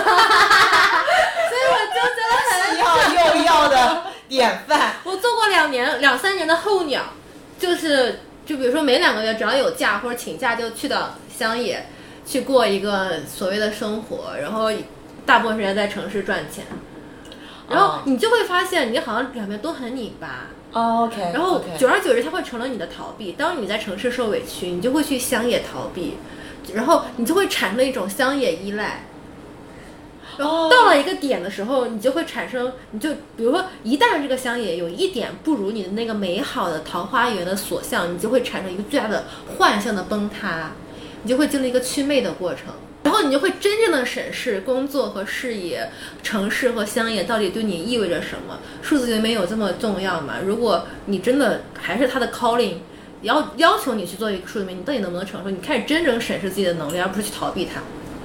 Speaker 3: 就觉得很
Speaker 2: 要又要的典范。
Speaker 3: 我做过2、3年的候鸟，就比如说每2个月只要有假或者请假就去到乡野去过一个所谓的生活，然后大部分时间在城市赚钱，然后你就会发现你好像两边都很拧巴。
Speaker 2: OK，
Speaker 3: 然后久而久之它会成了你的逃避。当你在城市受委屈，你就会去乡野逃避，然后你就会产生一种乡野依赖。然后到了一个点的时候，你就会产生，比如说一旦这个乡野有一点不如你的那个美好的桃花源的所向，你就会产生一个巨大的幻象的崩塌，你就会经历一个祛魅的过程。然后你就会真正的审视工作和事业、城市和乡野到底对你意味着什么。数字游民有这么重要吗？如果你真的还是他的 calling， 要求你去做一个数字游民，你到底能不能承受？你开始真正审视自己的能力，而不是去逃避它。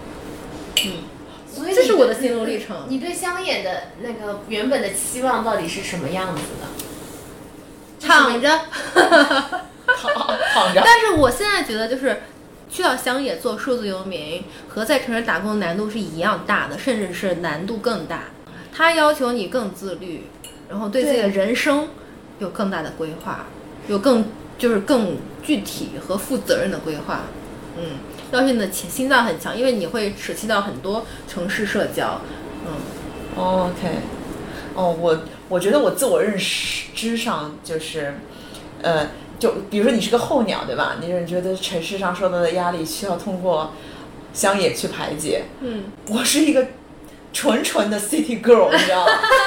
Speaker 1: 所以
Speaker 3: 这是我的心路历程。
Speaker 1: 你对乡野的那个原本的期望到底是什么样子的？
Speaker 3: 躺着
Speaker 2: 躺着。
Speaker 3: 但是我现在觉得就是去到乡野做数字游民和在城市打工难度是一样大的，甚至是难度更大。它要求你更自律，然后对自己的人生有更大的规划，有更具体和负责任的规划。要求你的心脏很强，因为你会舍弃到很多城市社交。
Speaker 2: OK， 我觉得我自我认知上就是，就比如说你是个候鸟，对吧？你觉得城市上受到的压力需要通过乡野去排解。我是一个纯的 city girl， 你知道吗？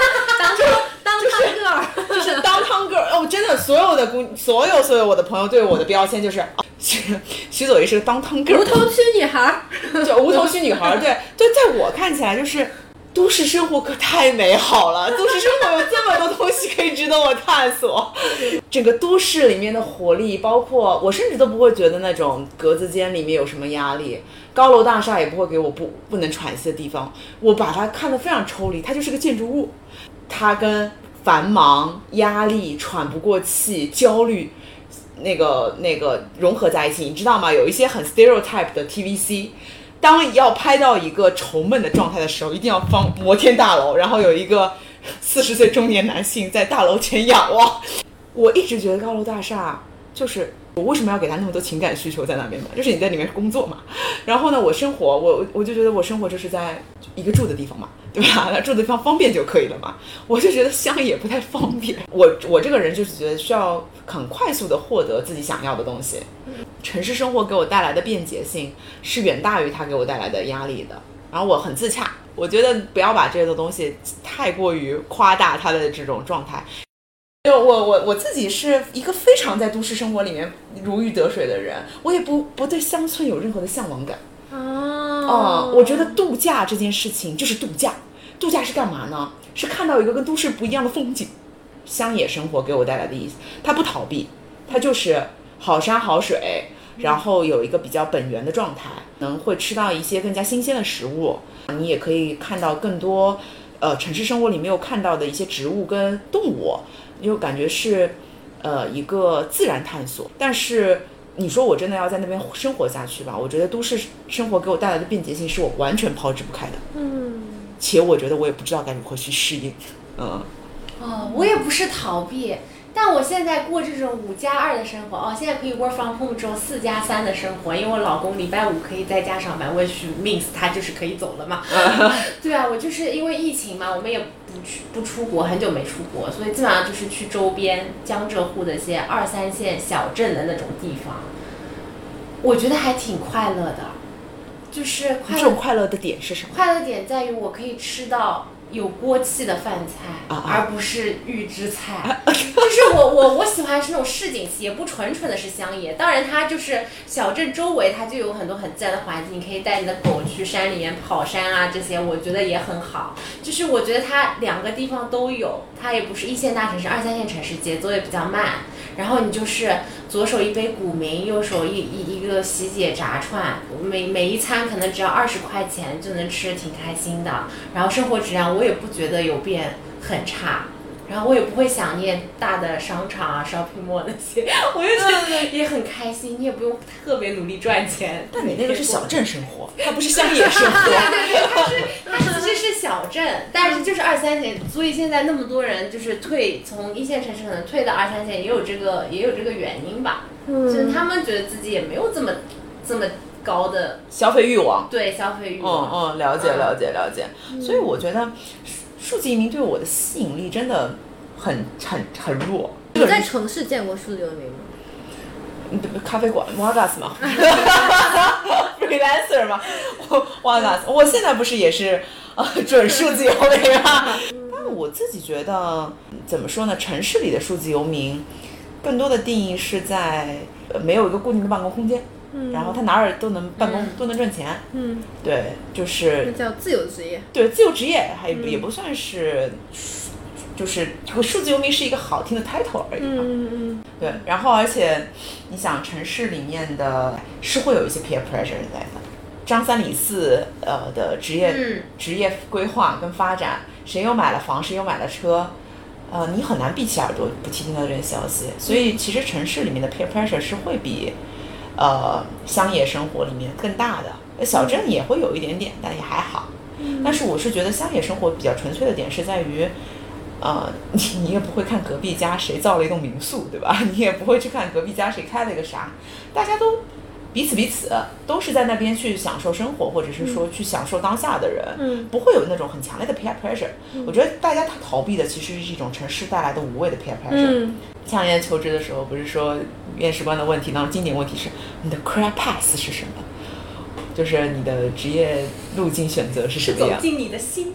Speaker 2: 就是 downtown girl。真的，所有我的朋友对我的标签就是徐左一是个 downtown girl，
Speaker 3: 无头区女孩，
Speaker 2: 就无头区女孩。对，在我看起来就是都市生活可太美好了，都市生活有这么多东西可以值得我探索。整个都市里面的活力，包括我甚至都不会觉得那种格子间里面有什么压力，高楼大厦也不会给我不能喘息的地方。我把它看得非常抽离，它就是个建筑物，它跟繁忙、压力、喘不过气、焦虑那个融合在一起。你知道吗？有一些很 stereotype 的 TVC， 当要拍到一个愁闷的状态的时候，一定要放摩天大楼，然后有一个40岁中年男性在大楼前仰望。我一直觉得高楼大厦就是我为什么要给他那么多情感需求在那边嘛？就是你在里面工作嘛。然后呢，我生活我就觉得我生活就是在一个住的地方嘛，对吧？住的地方方便就可以了嘛。我就觉得乡野不太方便。我这个人就是觉得需要很快速的获得自己想要的东西。城市生活给我带来的便捷性是远大于它给我带来的压力的。然后我很自洽，我觉得不要把这些东西太过于夸大它的这种状态。我自己是一个非常在都市生活里面如鱼得水的人，我也不对乡村有任何的向往感。我觉得度假这件事情就是度假。度假是干嘛呢？是看到一个跟都市不一样的风景。乡野生活给我带来的意思，它不逃避，它就是好山好水，然后有一个比较本源的状态，能会吃到一些更加新鲜的食物，你也可以看到更多城市生活里没有看到的一些植物跟动物，就感觉是一个自然探索。但是你说我真的要在那边生活下去吧，我觉得都市生活给我带来的便捷性是我完全抛之不开的。且我觉得我也不知道该如何去适应。
Speaker 1: 我也不是逃避，但我现在过这种5+2的生活。现在可以 work from home 之后4+3的生活，因为我老公礼拜5可以在家上班，which means 他就是可以走了嘛。对啊，我就是因为疫情嘛，我们也不出国，很久没出国，所以基本上就是去周边江浙沪的一些2、3线小镇的那种地方，我觉得还挺快乐的。就是
Speaker 2: 这种快乐的点是什么？
Speaker 1: 快乐点在于我可以吃到有锅气的饭菜，而不是预制菜。就是我喜欢是那种市井气，也不纯的是乡野。当然它就是小镇周围，它就有很多很自然的环境，你可以带你的狗去山里面跑山啊，这些我觉得也很好。就是我觉得它2个地方都有，它也不是1线大城市，2、3线城市节奏也比较慢。然后你就是左手一杯古茗，右手一个喜姐炸串，每一餐可能只要20块钱就能吃，挺开心的。然后生活质量我也不觉得有变很差，然后我也不会想念大的商场啊、shopping mall 那些，我就觉得也很开心。你也不用特别努力赚钱。
Speaker 2: 但你那个是小镇生活，它不是乡野生活。
Speaker 1: 对，它其实是小镇，但是就是2、3线，所以现在那么多人就是从1线城市可能退到2、3线，也有这个原因吧。就是他们觉得自己也没有这么高的
Speaker 2: 消费欲望。
Speaker 1: 对，消费欲望。
Speaker 2: 了解。所以我觉得数字移民对我的吸引力真的很弱。
Speaker 3: 你在城市见过数字游民吗？
Speaker 2: 咖啡馆 Wagas 嘛freelancer 嘛 Wagas， 我现在不是也是准数字游民吗？但我自己觉得怎么说呢，城市里的数字游民更多的定义是在没有一个固定的办公空间，然后他哪儿都能办公，都能赚钱。对，就是
Speaker 3: 那叫自由职业。
Speaker 2: 对，自由职业还也不算是，就是这个数字游民是一个好听的 title 而已嘛。对，然后而且你想城市里面的是会有一些 peer pressure 在的。张三李四的职业规划跟发展，谁又买了房，谁又买了车， 你很难闭起耳朵不听到这些消息，所以其实城市里面的 peer pressure 是会比乡野生活里面更大的，小镇也会有一点点，但也还好。但是我是觉得乡野生活比较纯粹的点是在于，你也不会看隔壁家谁造了一栋民宿，对吧？你也不会去看隔壁家谁开了一个啥，大家都彼此都是在那边去享受生活，或者是说去享受当下的人，不会有那种很强烈的 peer pressure。我觉得大家逃避的其实是一种城市带来的无谓的 peer pressure。像人家求职的时候，不是说面试官的问题当中经典问题是你的 career path 是什么？就是你的职业路径选择是什么样？
Speaker 1: 走进你的心。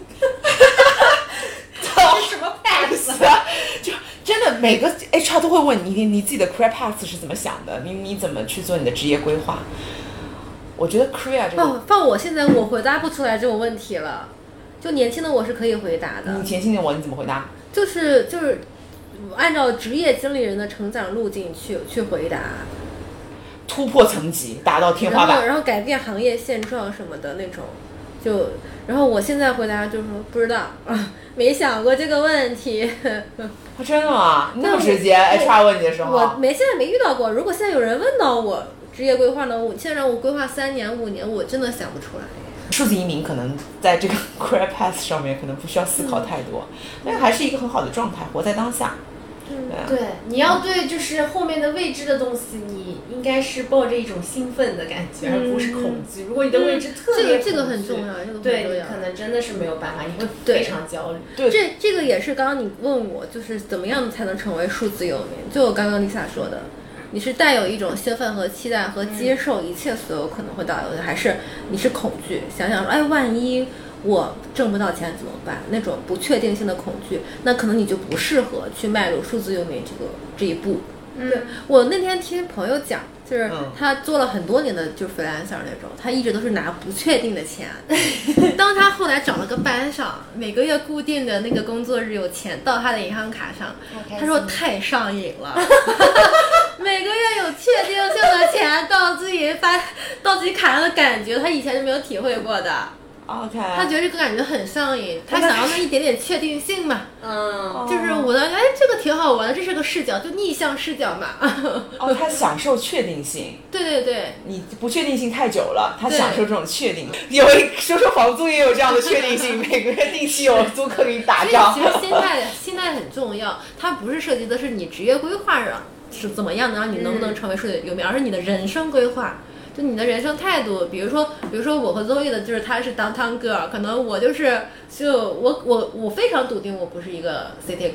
Speaker 1: 是什么 path
Speaker 2: 啊？就真的每个 HR 都会问你自己的 career path 是怎么想的，你怎么去做你的职业规划？我觉得 career 这个
Speaker 3: 放我现在我回答不出来这种问题了，就年轻的我是可以回答的。
Speaker 2: 你年轻的我你怎么回答？
Speaker 3: 就是按照职业经理人的成长路径去回答。
Speaker 2: 突破层级，达到天花板，
Speaker 3: 然后改变行业现状什么的那种，然后我现在回答就是说不知道啊，没想过这个问题。
Speaker 2: 真的吗？那么直接 HR 问你的时候，
Speaker 3: 现在没遇到过。如果现在有人问到我职业规划呢，我现在让我规划3年5年，我真的想不出来。
Speaker 2: 数字移民可能在这个 career path 上面可能不需要思考太多，但还是一个很好的状态，活在当下。
Speaker 1: 对，你要对就是后面的未知的东西，你应该是抱着一种兴奋的感觉，而不是恐惧。如果你的未知特别恐惧，
Speaker 3: 这个很重要，这个很重要。
Speaker 1: 对，你可能真的是没有办法，你会非常焦虑。
Speaker 2: 对，
Speaker 3: 这个也是刚刚你问我，就是怎么样才能成为数字游民？就我刚刚 Lisa 说的，你是带有一种兴奋和期待和接受一切所有可能会到来的，还是你是恐惧？想想说，哎，万一我挣不到钱怎么办？那种不确定性的恐惧，那可能你就不适合去迈入数字游民这一步。对，我那天听朋友讲，就是他做了很多年的就是 freelancer 那种，他一直都是拿不确定的钱。当他后来找了个班上，每个月固定的那个工作日有钱到他的银行卡上，他说太上瘾了。每个月有确定性的钱到自己卡上的感觉，他以前是没有体会过的。
Speaker 2: OK，
Speaker 3: 他觉得这个感觉很上瘾，他想要那一点点确定性嘛。就是我的这个挺好玩的，这是个视角，就逆向视角嘛。
Speaker 2: 他享受确定性。
Speaker 3: 对，
Speaker 2: 你不确定性太久了，他享受这种确定。收房租也有这样的确定性，每个月定期有租客给你打仗。
Speaker 3: 其实心态很重要，它不是涉及的是你职业规划是怎么样的，让你能不能成为数字游民，而是你的人生规划。就你的人生态度，比如说我和Zoe的，就是他是 downtown girl， 可能我我非常笃定我不是一个 city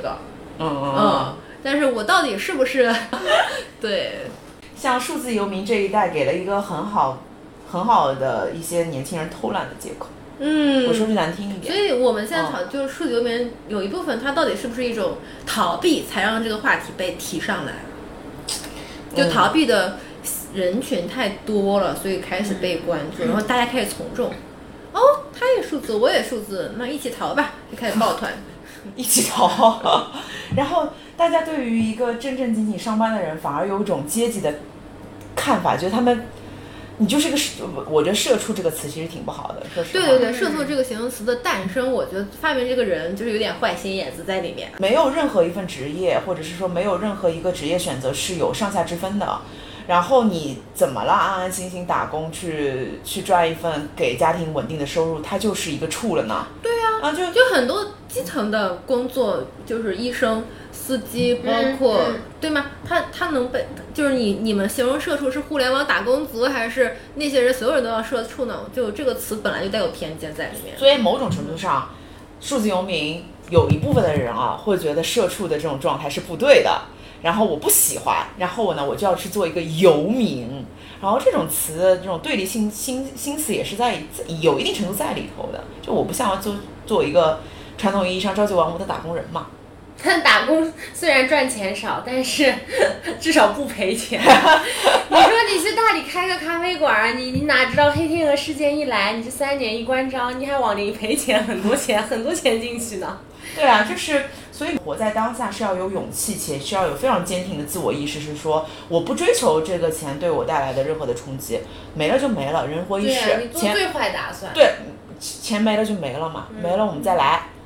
Speaker 3: girl， 但是我到底是不是对？
Speaker 2: 像数字游民这一代给了一个很好的一些年轻人偷懒的借口。我说句难听一点。
Speaker 3: 所以我们现在就是数字游民有一部分，它到底是不是一种逃避，才让这个话题被提上来？就逃避的人群太多了，所以开始被关注，然后大家开始从众。他也数字，我也数字，那一起逃吧，就开始抱团，
Speaker 2: 一起逃。然后大家对于一个正正经经上班的人，反而有一种阶级的看法，觉得你就是我觉得社畜这个词其实挺不好的，说实话。
Speaker 3: 对，社畜这个形容词的诞生，我觉得发明这个人就是有点坏心眼子在里面。
Speaker 2: 没有任何一份职业，或者是说没有任何一个职业选择是有上下之分的。然后你怎么了？安安心心打工去赚一份给家庭稳定的收入，它就是一个畜了呢？
Speaker 3: 对呀，就很多基层的工作，就是医生、司机，包括对吗？他能被就是你们形容社畜是互联网打工族，还是那些人所有人都要社畜呢？就这个词本来就带有偏见在里面。
Speaker 2: 所以某种程度上，数字游民有一部分的人会觉得社畜的这种状态是不对的。然后我不喜欢，然后我就要去做一个游民，然后这种词这种对立心思也是有一定程度在里头的。就我不想要做一个传统意义上朝九晚五的打工人嘛。
Speaker 1: 但打工虽然赚钱少，但是至少不赔钱。你说你去大理开个咖啡馆，你哪知道黑天鹅事件一来，你这3年一关张，你还往里赔钱很多钱进去呢。
Speaker 2: 对啊，所以活在当下是要有勇气，且是要有非常坚定的自我意识，是说我不追求这个钱对我带来的任何的冲击，没了就没了，人活一世，
Speaker 1: 你做最坏打算。
Speaker 2: 对，钱没了就没了嘛，没了我们再来，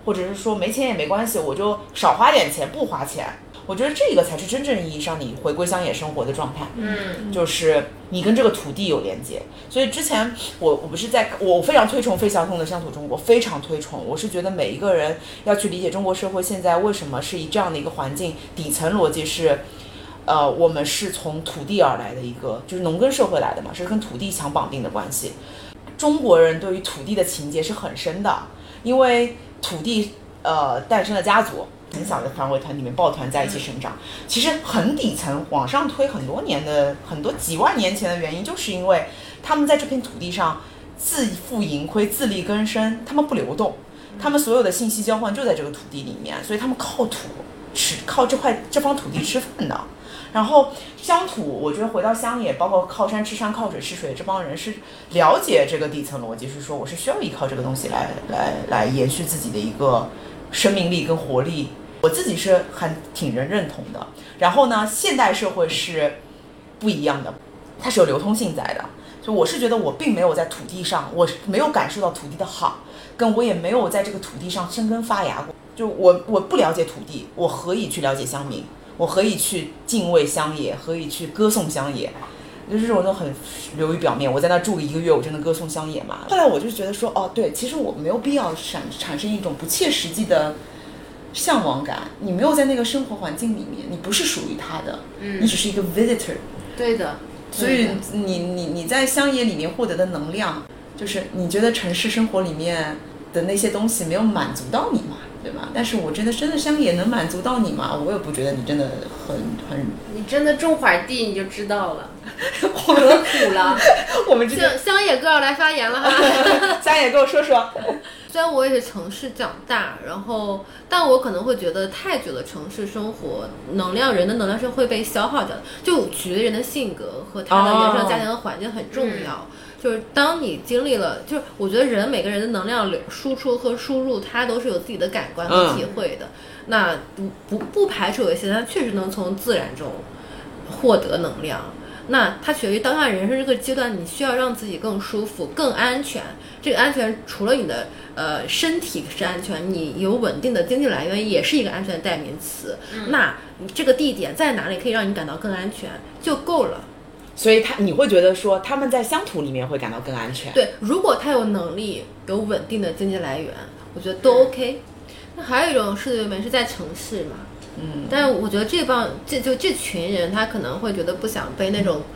Speaker 2: 或者是说没钱也没关系，我就少花点钱不花钱。我觉得这个才是真正意义上你回归乡野生活的状态，就是你跟这个土地有连接。所以之前我不是我非常推崇费孝通的乡土中国，非常推崇。我是觉得每一个人要去理解中国社会现在为什么是以这样的一个环境，底层逻辑是，我们是从土地而来的一个，就是农耕社会来的嘛，是跟土地强绑定的关系。中国人对于土地的情结是很深的，因为土地诞生了家族。很小的团委团里面抱团在一起生长，其实很底层往上推很多年的很多几万年前的原因，就是因为他们在这片土地上自负盈亏、自力更生，他们不流动，他们所有的信息交换就在这个土地里面，所以他们靠这方土地吃饭的。然后乡土，我觉得回到乡野，包括靠山吃山、靠水吃水，这帮人是了解这个底层逻辑，是说我是需要依靠这个东西来延续自己的一个生命力跟活力。我自己是挺认同的。然后呢，现代社会是不一样的，它是有流通性在的。所以我是觉得我并没有在土地上，我没有感受到土地的好，跟我也没有在这个土地上生根发芽过。就我不了解土地，我何以去了解乡民？我何以去敬畏乡野？何以去歌颂乡野？就是这种都很流于表面。我在那住了1个月，我真的歌颂乡野嘛？后来我就觉得说，哦，对，其实我没有必要产生一种不切实际的向往感。你没有在那个生活环境里面，你不是属于他的，你只是一个 visitor。
Speaker 1: 对的。
Speaker 2: 所以你在乡野里面获得的能量，就是你觉得城市生活里面的那些东西没有满足到你嘛，对吧？但是我觉得真的乡野能满足到你吗？我也不觉得你真的很
Speaker 1: 你真的种会儿地你就知道了，何苦了。
Speaker 2: 我们
Speaker 3: 乡野哥要来发言了哈。
Speaker 2: 乡野跟我说说。
Speaker 3: 虽然我也是城市长大，但我可能会觉得太久的城市生活，人的能量是会被消耗掉的。就取决人的性格和他的原生家庭和环境很重要。就是当你经历了，就是我觉得每个人的能量输出和输入，他都是有自己的感官和体会的。那不排除有一些他确实能从自然中获得能量。那它取决于当下人生这个阶段，你需要让自己更舒服、更安全。这个安全除了你的身体是安全，你有稳定的经济来源也是一个安全的代名词。那这个地点在哪里可以让你感到更安全就够了。
Speaker 2: 所以你会觉得说他们在乡土里面会感到更安全。
Speaker 3: 对，如果他有能力、有稳定的经济来源，我觉得都 OK。那还有一种是在城市嘛。但是我觉得这群人，他可能会觉得不想被那种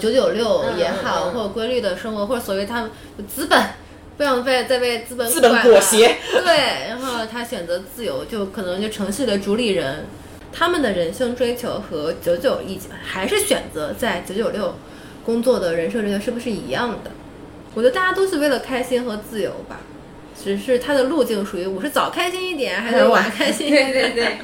Speaker 3: 996也好，或者规律的生活，或者所谓他们资本，不想再被资本
Speaker 2: 裹挟。
Speaker 3: 对，然后他选择自由，就可能就城市的主理人，他们的人生追求和991还是选择在996工作的人生追求是不是一样的？我觉得大家都是为了开心和自由吧。只是他的路径属于我是早开心一点还是晚开心一点。
Speaker 1: 对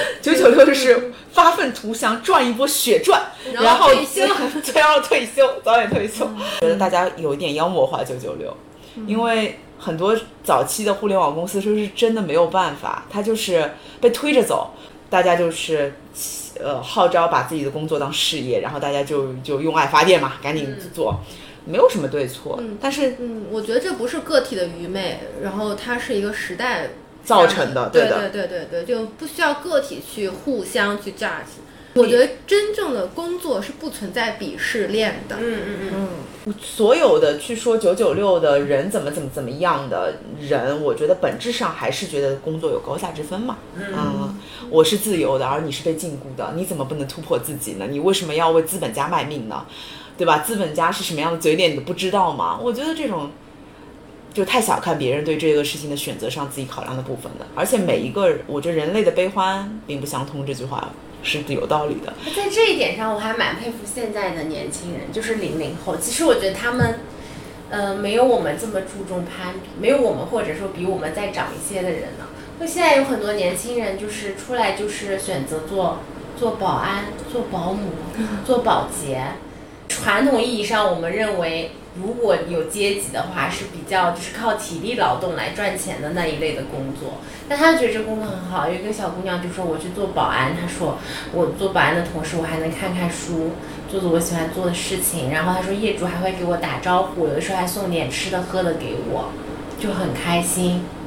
Speaker 2: 996就是发愤图强，赚一波血赚，然后退休，早点退休。觉得大家有一点妖魔化996，因为很多早期的互联网公司是真的没有办法，他就是被推着走，大家就是号召把自己的工作当事业，然后大家就用爱发电嘛，赶紧做。没有什么对错，但是
Speaker 3: 我觉得这不是个体的愚昧，然后它是一个时代
Speaker 2: 造成的，
Speaker 3: 对，就不需要个体去互相去 judge。我觉得真正的工作是不存在鄙视链的。
Speaker 2: 所有的去说996的人怎么样的人，我觉得本质上还是觉得工作有高下之分嘛。我是自由的，而你是被禁锢的，你怎么不能突破自己呢？你为什么要为资本家卖命呢？对吧？资本家是什么样的嘴脸你都不知道吗？我觉得这种就太小看别人对这个事情的选择上自己考量的部分了。而且我觉得人类的悲欢并不相通，这句话是有道理的。
Speaker 1: 在这一点上我还蛮佩服现在的年轻人，就是00后。其实我觉得他们没有我们这么注重攀比，没有我们或者说比我们再长一些的人呢。那现在有很多年轻人就是出来就是选择做保安、做保姆、做保洁。传统意义上我们认为如果有阶级的话是比较就是靠体力劳动来赚钱的那一类的工作，但他觉得这工作很好。有一个小姑娘就说我去做保安，她说我做保安的同时我还能看看书，做我喜欢做的事情，然后她说业主还会给我打招呼，有的时候还送点吃的喝的给我，就很开心。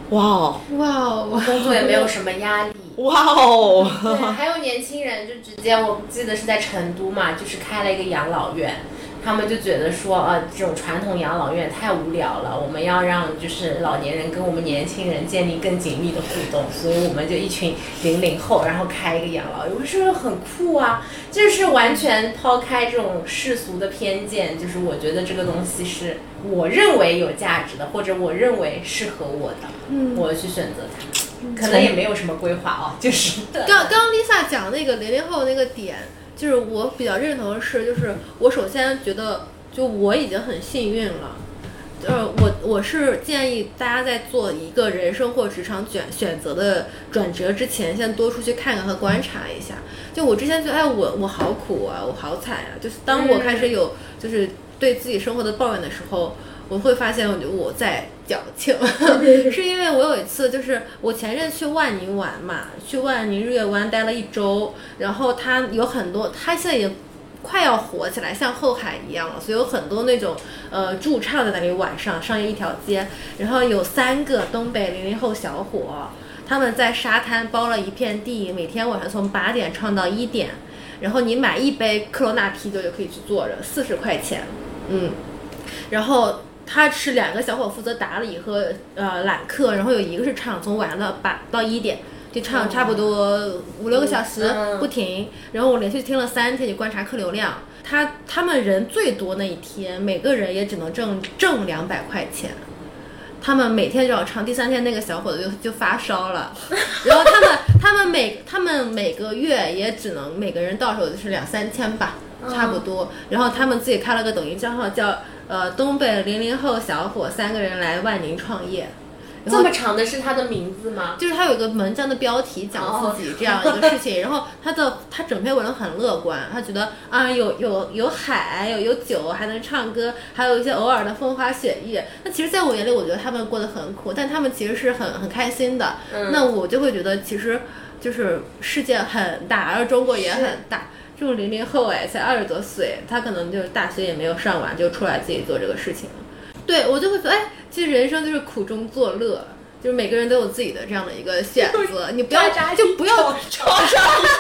Speaker 2: 哇哦，
Speaker 3: 哇哦，
Speaker 1: 工作也没有什么压力。
Speaker 2: 哇哦，
Speaker 1: 对，还有年轻人就直接，我记得是在成都嘛，就是开了一个养老院。他们就觉得说，这种传统养老院太无聊了，我们要让就是老年人跟我们年轻人建立更紧密的互动，所以我们就一群00后，然后开一个养老院，我说很酷啊，就是完全抛开这种世俗的偏见，就是我觉得这个东西是我认为有价值的，或者我认为适合我的，我去选择它，可能也没有什么规划哦，就是
Speaker 3: 刚 Lisa 讲那个00后那个点。就是我比较认同的是，就是我首先觉得，就我已经很幸运了。我是建议大家在做一个人生或职场选择的转折之前，先多出去看看和观察一下。就我之前觉得，我好苦啊，我好惨啊。就是当我开始有就是对自己生活的抱怨的时候，我会发现我在矫情，是因为我有一次就是我前任去万宁玩嘛，去万宁日月湾待了1周，然后他有很多，他现在也快要火起来，像后海一样了，所以有很多那种驻唱在那里晚上上一条街，然后有3个东北00后小伙，他们在沙滩包了一片地，每天晚上从8点唱到1点，然后你买1杯科罗娜啤酒就可以去坐着，40块钱，然后他是2个小伙负责打理和揽客，然后有一个是唱，从晚上到8到1点就唱差不多5-6个小时不停，然后我连续听了3天，就观察客流量。他们人最多那一天，每个人也只能挣200块钱。他们每天就要唱，第3天那个小伙子就发烧了，然后他们每个月也只能每个人到手就是2-3千吧，差不多。然后他们自己开了个抖音账号叫东北00后小伙3个人来万宁创业。
Speaker 1: 这么长的是他的名字吗？
Speaker 3: 就是他有个文章的标题讲自己这样一个事情，然后他整篇文章很乐观，他觉得有海有酒还能唱歌，还有一些偶尔的风花雪月。那其实在我眼里，我觉得他们过得很苦，但他们其实是很开心的。那我就会觉得其实就是世界很大，而中国也很大。这种00后才20多岁，他可能就是大学也没有上完就出来自己做这个事情了。对，我就会觉得，其实人生就是苦中作乐，就是每个人都有自己的这样的一个选择，你不要就不要
Speaker 2: 超杀，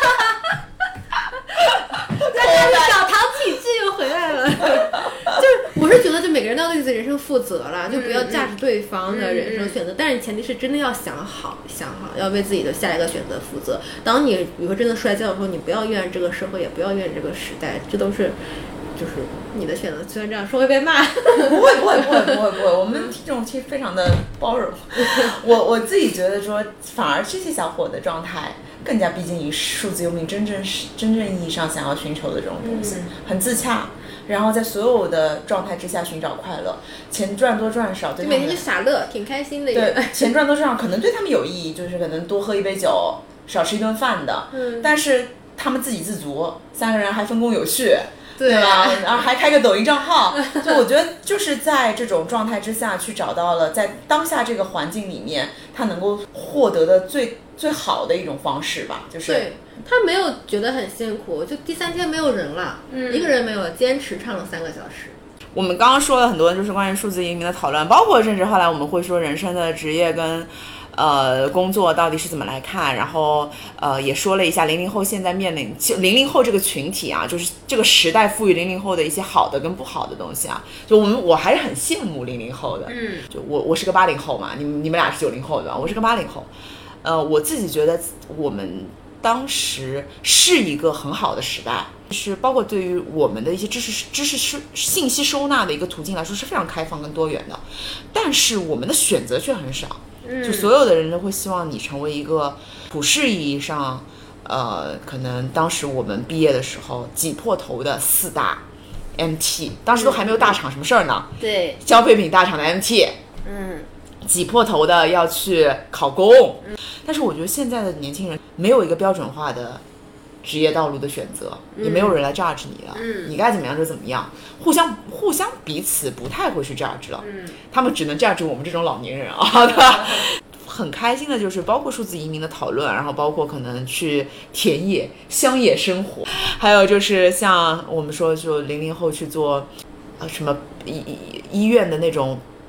Speaker 3: 小唐体质又回来了。就是我是觉得，就每个人都要对自己人生负责了，就不要价值对方的人生选择，但是前提是真的要想好，要为自己的下一个选择负责。当你比如说真的摔跤的时候，你不要怨这个社会，也不要怨这个时代，这都是。就是你的选择，虽然这样说会被骂。
Speaker 2: 不会，我们听众其实非常的包容。我自己觉得说，反而这些小伙的状态更加逼近于数字游民真正意义上想要寻求的这种东西，很自洽。然后在所有的状态之下寻找快乐，钱赚多赚少，对他们
Speaker 3: 每天就傻乐，挺开心的。
Speaker 2: 对，钱赚多赚少可能对他们有意义，就是可能多喝1杯酒，少吃1顿饭的。但是他们自给自足，3个人还分工有序。对吧？然后还开个抖音账号，就我觉得就是在这种状态之下去找到了在当下这个环境里面他能够获得的最好的一种方式吧，就是
Speaker 3: 对他没有觉得很辛苦，就第3天没有人了，一个人没有，坚持唱了3个小时。
Speaker 2: 我们刚刚说了很多就是关于数字移民的讨论，包括甚至后来我们会说人生的职业跟工作到底是怎么来看，然后也说了一下00后现在面临00后这个群体啊，就是这个时代赋予00后的一些好的跟不好的东西啊，就我还是很羡慕00后的，就我是个80后嘛，你们俩是90后的吧，我是个80后，我自己觉得我们当时是一个很好的时代，是包括对于我们的一些知识信息收纳的一个途径来说是非常开放跟多元的，但是我们的选择却很少。就所有的人都会希望你成为一个普世意义上可能当时我们毕业的时候挤破头的4大 MT， 当时都还没有大厂什么事儿呢，
Speaker 3: 对，
Speaker 2: 消费品大厂的 MT， 挤破头的要去考公，但是我觉得现在的年轻人没有一个标准化的职业道路的选择，也没有人来 judge 你了，你该怎么样就怎么样，互相彼此不太会去 judge 了，他们只能 judge 我们这种老年人啊，对吧？很开心的就是包括数字移民的讨论，然后包括可能去田野乡野生活，还有就是像我们说就00后去做什么医院的那种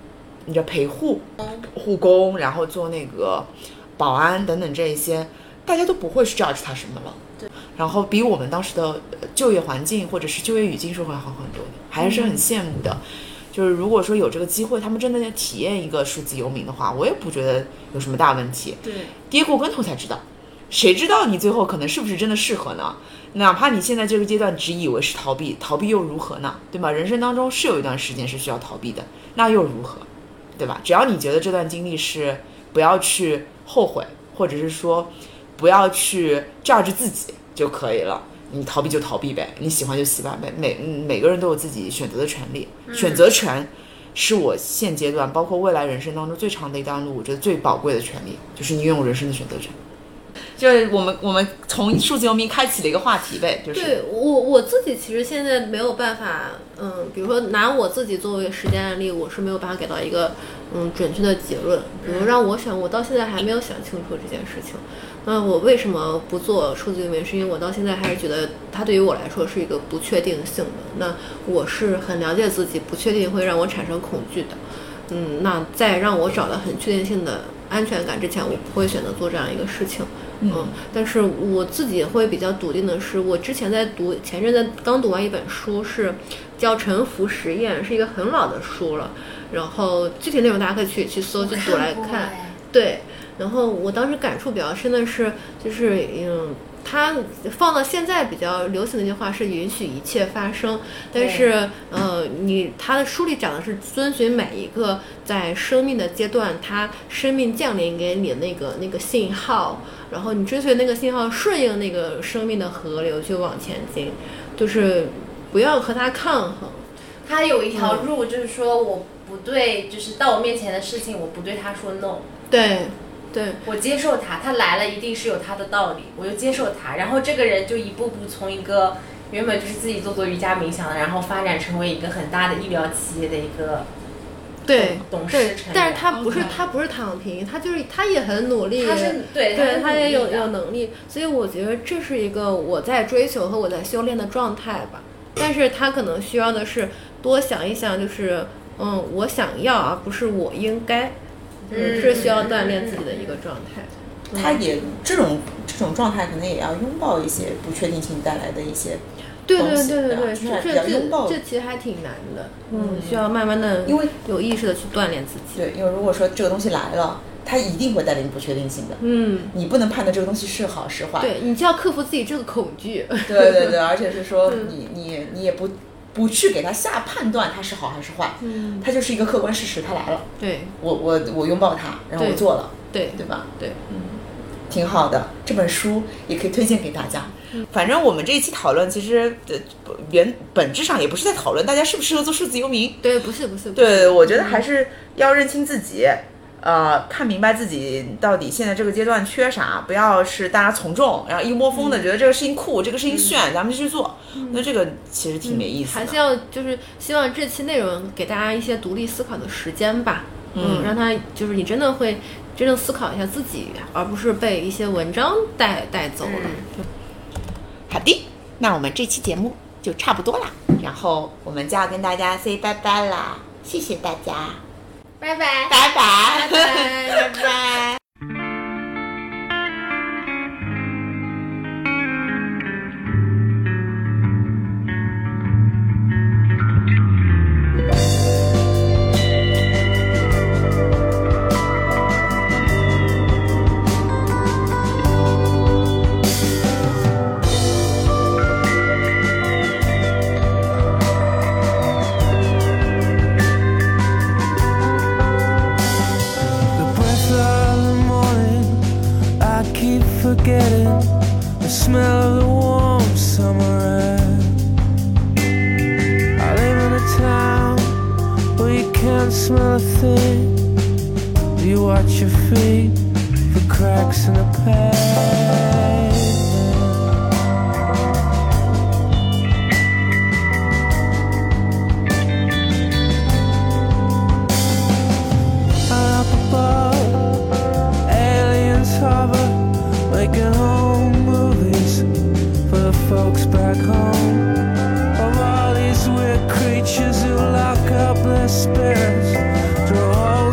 Speaker 2: 你的陪护、护工，然后做那个保安等等这一些，大家都不会去 judge 他什么了。
Speaker 1: 对，
Speaker 2: 然后比我们当时的就业环境或者是就业语境是会好很多的，还是很羡慕的。就是如果说有这个机会，他们真的要体验一个数字游民的话，我也不觉得有什么大问题。
Speaker 1: 对，
Speaker 2: 跌过跟头才知道，谁知道你最后可能是不是真的适合呢？哪怕你现在这个阶段只以为是逃避，逃避又如何呢？对吧？人生当中是有一段时间是需要逃避的，那又如何？对吧？只要你觉得这段经历是不要去后悔，或者是说不要去judge自己就可以了。你逃避就逃避呗，你喜欢就喜欢呗。每个人都有自己选择的权利，选择权是我现阶段包括未来人生当中最长的一段路，我觉得最宝贵的权利就是你拥有人生的选择权。就是我们从数字游民开启了一个话题呗，就是
Speaker 3: 对我自己其实现在没有办法，比如说拿我自己作为实践案例，我是没有办法给到一个准确的结论。比如让我想，我到现在还没有想清楚这件事情。那我为什么不做数字游民？是因为我到现在还是觉得它对于我来说是一个不确定性的。那我是很了解自己，不确定会让我产生恐惧的。那在让我找到很确定性的安全感之前，我不会选择做这样一个事情。但是我自己会比较笃定的是，我之前前阵子刚读完一本书，是叫《沉浮实验》，是一个很老的书了。然后具体内容大家可以去搜去读来看。对，然后我当时感触比较深的是，就是它放到现在比较流行的一句话是允许一切发生，但是它的书里讲的是遵循每一个在生命的阶段，它生命降临给你的那个信号，然后你追随那个信号，顺应那个生命的河流去往前进，就是不要和它抗衡。
Speaker 1: 它有一条路，就是说我不对，就是到我面前的事情，我不对它说 no。
Speaker 3: 对，
Speaker 1: 我接受它来了一定是有它的道理，我就接受它，然后这个人就一步步从一个原本就是自己做瑜伽冥想的，然后发展成为一个很大的医疗企业的一个董事成员。
Speaker 3: 但是他不是躺平，他也很努力，他也有能力，所以我觉得这是一个我在追求和我在修炼的状态吧。但是他可能需要的是多想一想，就是我想要而不是我应该。是需要锻炼自己的一个状态。
Speaker 2: 他也这种状态可能也要拥抱一些不确定性带来的一些
Speaker 3: 对，
Speaker 2: 这
Speaker 3: 其实还挺难的。需要慢慢的，
Speaker 2: 因为
Speaker 3: 有意识的去锻炼自己。
Speaker 2: 对，因为如果说这个东西来了，它一定会带领不确定性的。你不能判断这个东西是好是坏。
Speaker 3: 对，你就要克服自己这个恐惧。
Speaker 2: 对，而且是说你也不去给他下判断它是好还是坏，它就是一个客观事实，它来了。
Speaker 3: 对，
Speaker 2: 我拥抱它，然后我做了，
Speaker 3: 对
Speaker 2: 吧？
Speaker 3: 对，
Speaker 2: 挺好的。这本书也可以推荐给大家。反正我们这一期讨论，其实本质上也不是在讨论大家适不适合做数字游民。
Speaker 3: 对，不是。
Speaker 2: 对，我觉得还是要认清自己。看明白自己到底现在这个阶段缺啥，不要是大家从众，然后一窝蜂的觉得这个事情酷，这个事情炫，咱们就去做。那这个其实挺没意思的。
Speaker 3: 还是要就是希望这期内容给大家一些独立思考的时间吧。让他就是你真的会真正思考一下自己，而不是被一些文章带走了。
Speaker 2: 好的，那我们这期节目就差不多啦，然后我们就要跟大家 say 拜拜啦，谢谢大家。
Speaker 1: 拜拜，
Speaker 2: 拜拜，拜拜。
Speaker 4: Forgetting the smell of the warm summer air. I live in a town where you can't smell a thing. You watch your feet for cracks in the pavement. Up above, aliens hover, making home movies for the folks back home. Of all these weird creatures who lock up their spirits, draw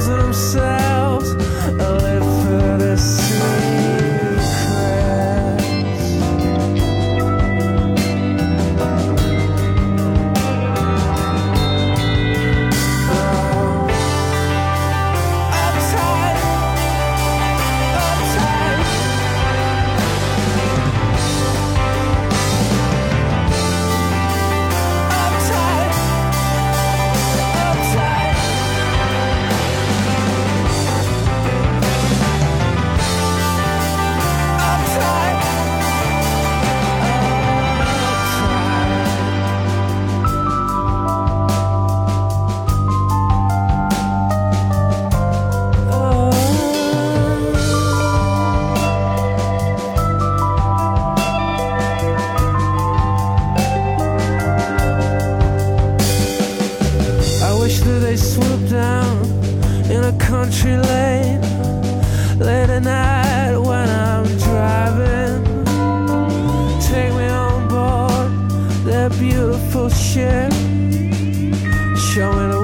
Speaker 4: country lane late at night when I'm driving. Take me on board that beautiful ship. Show me the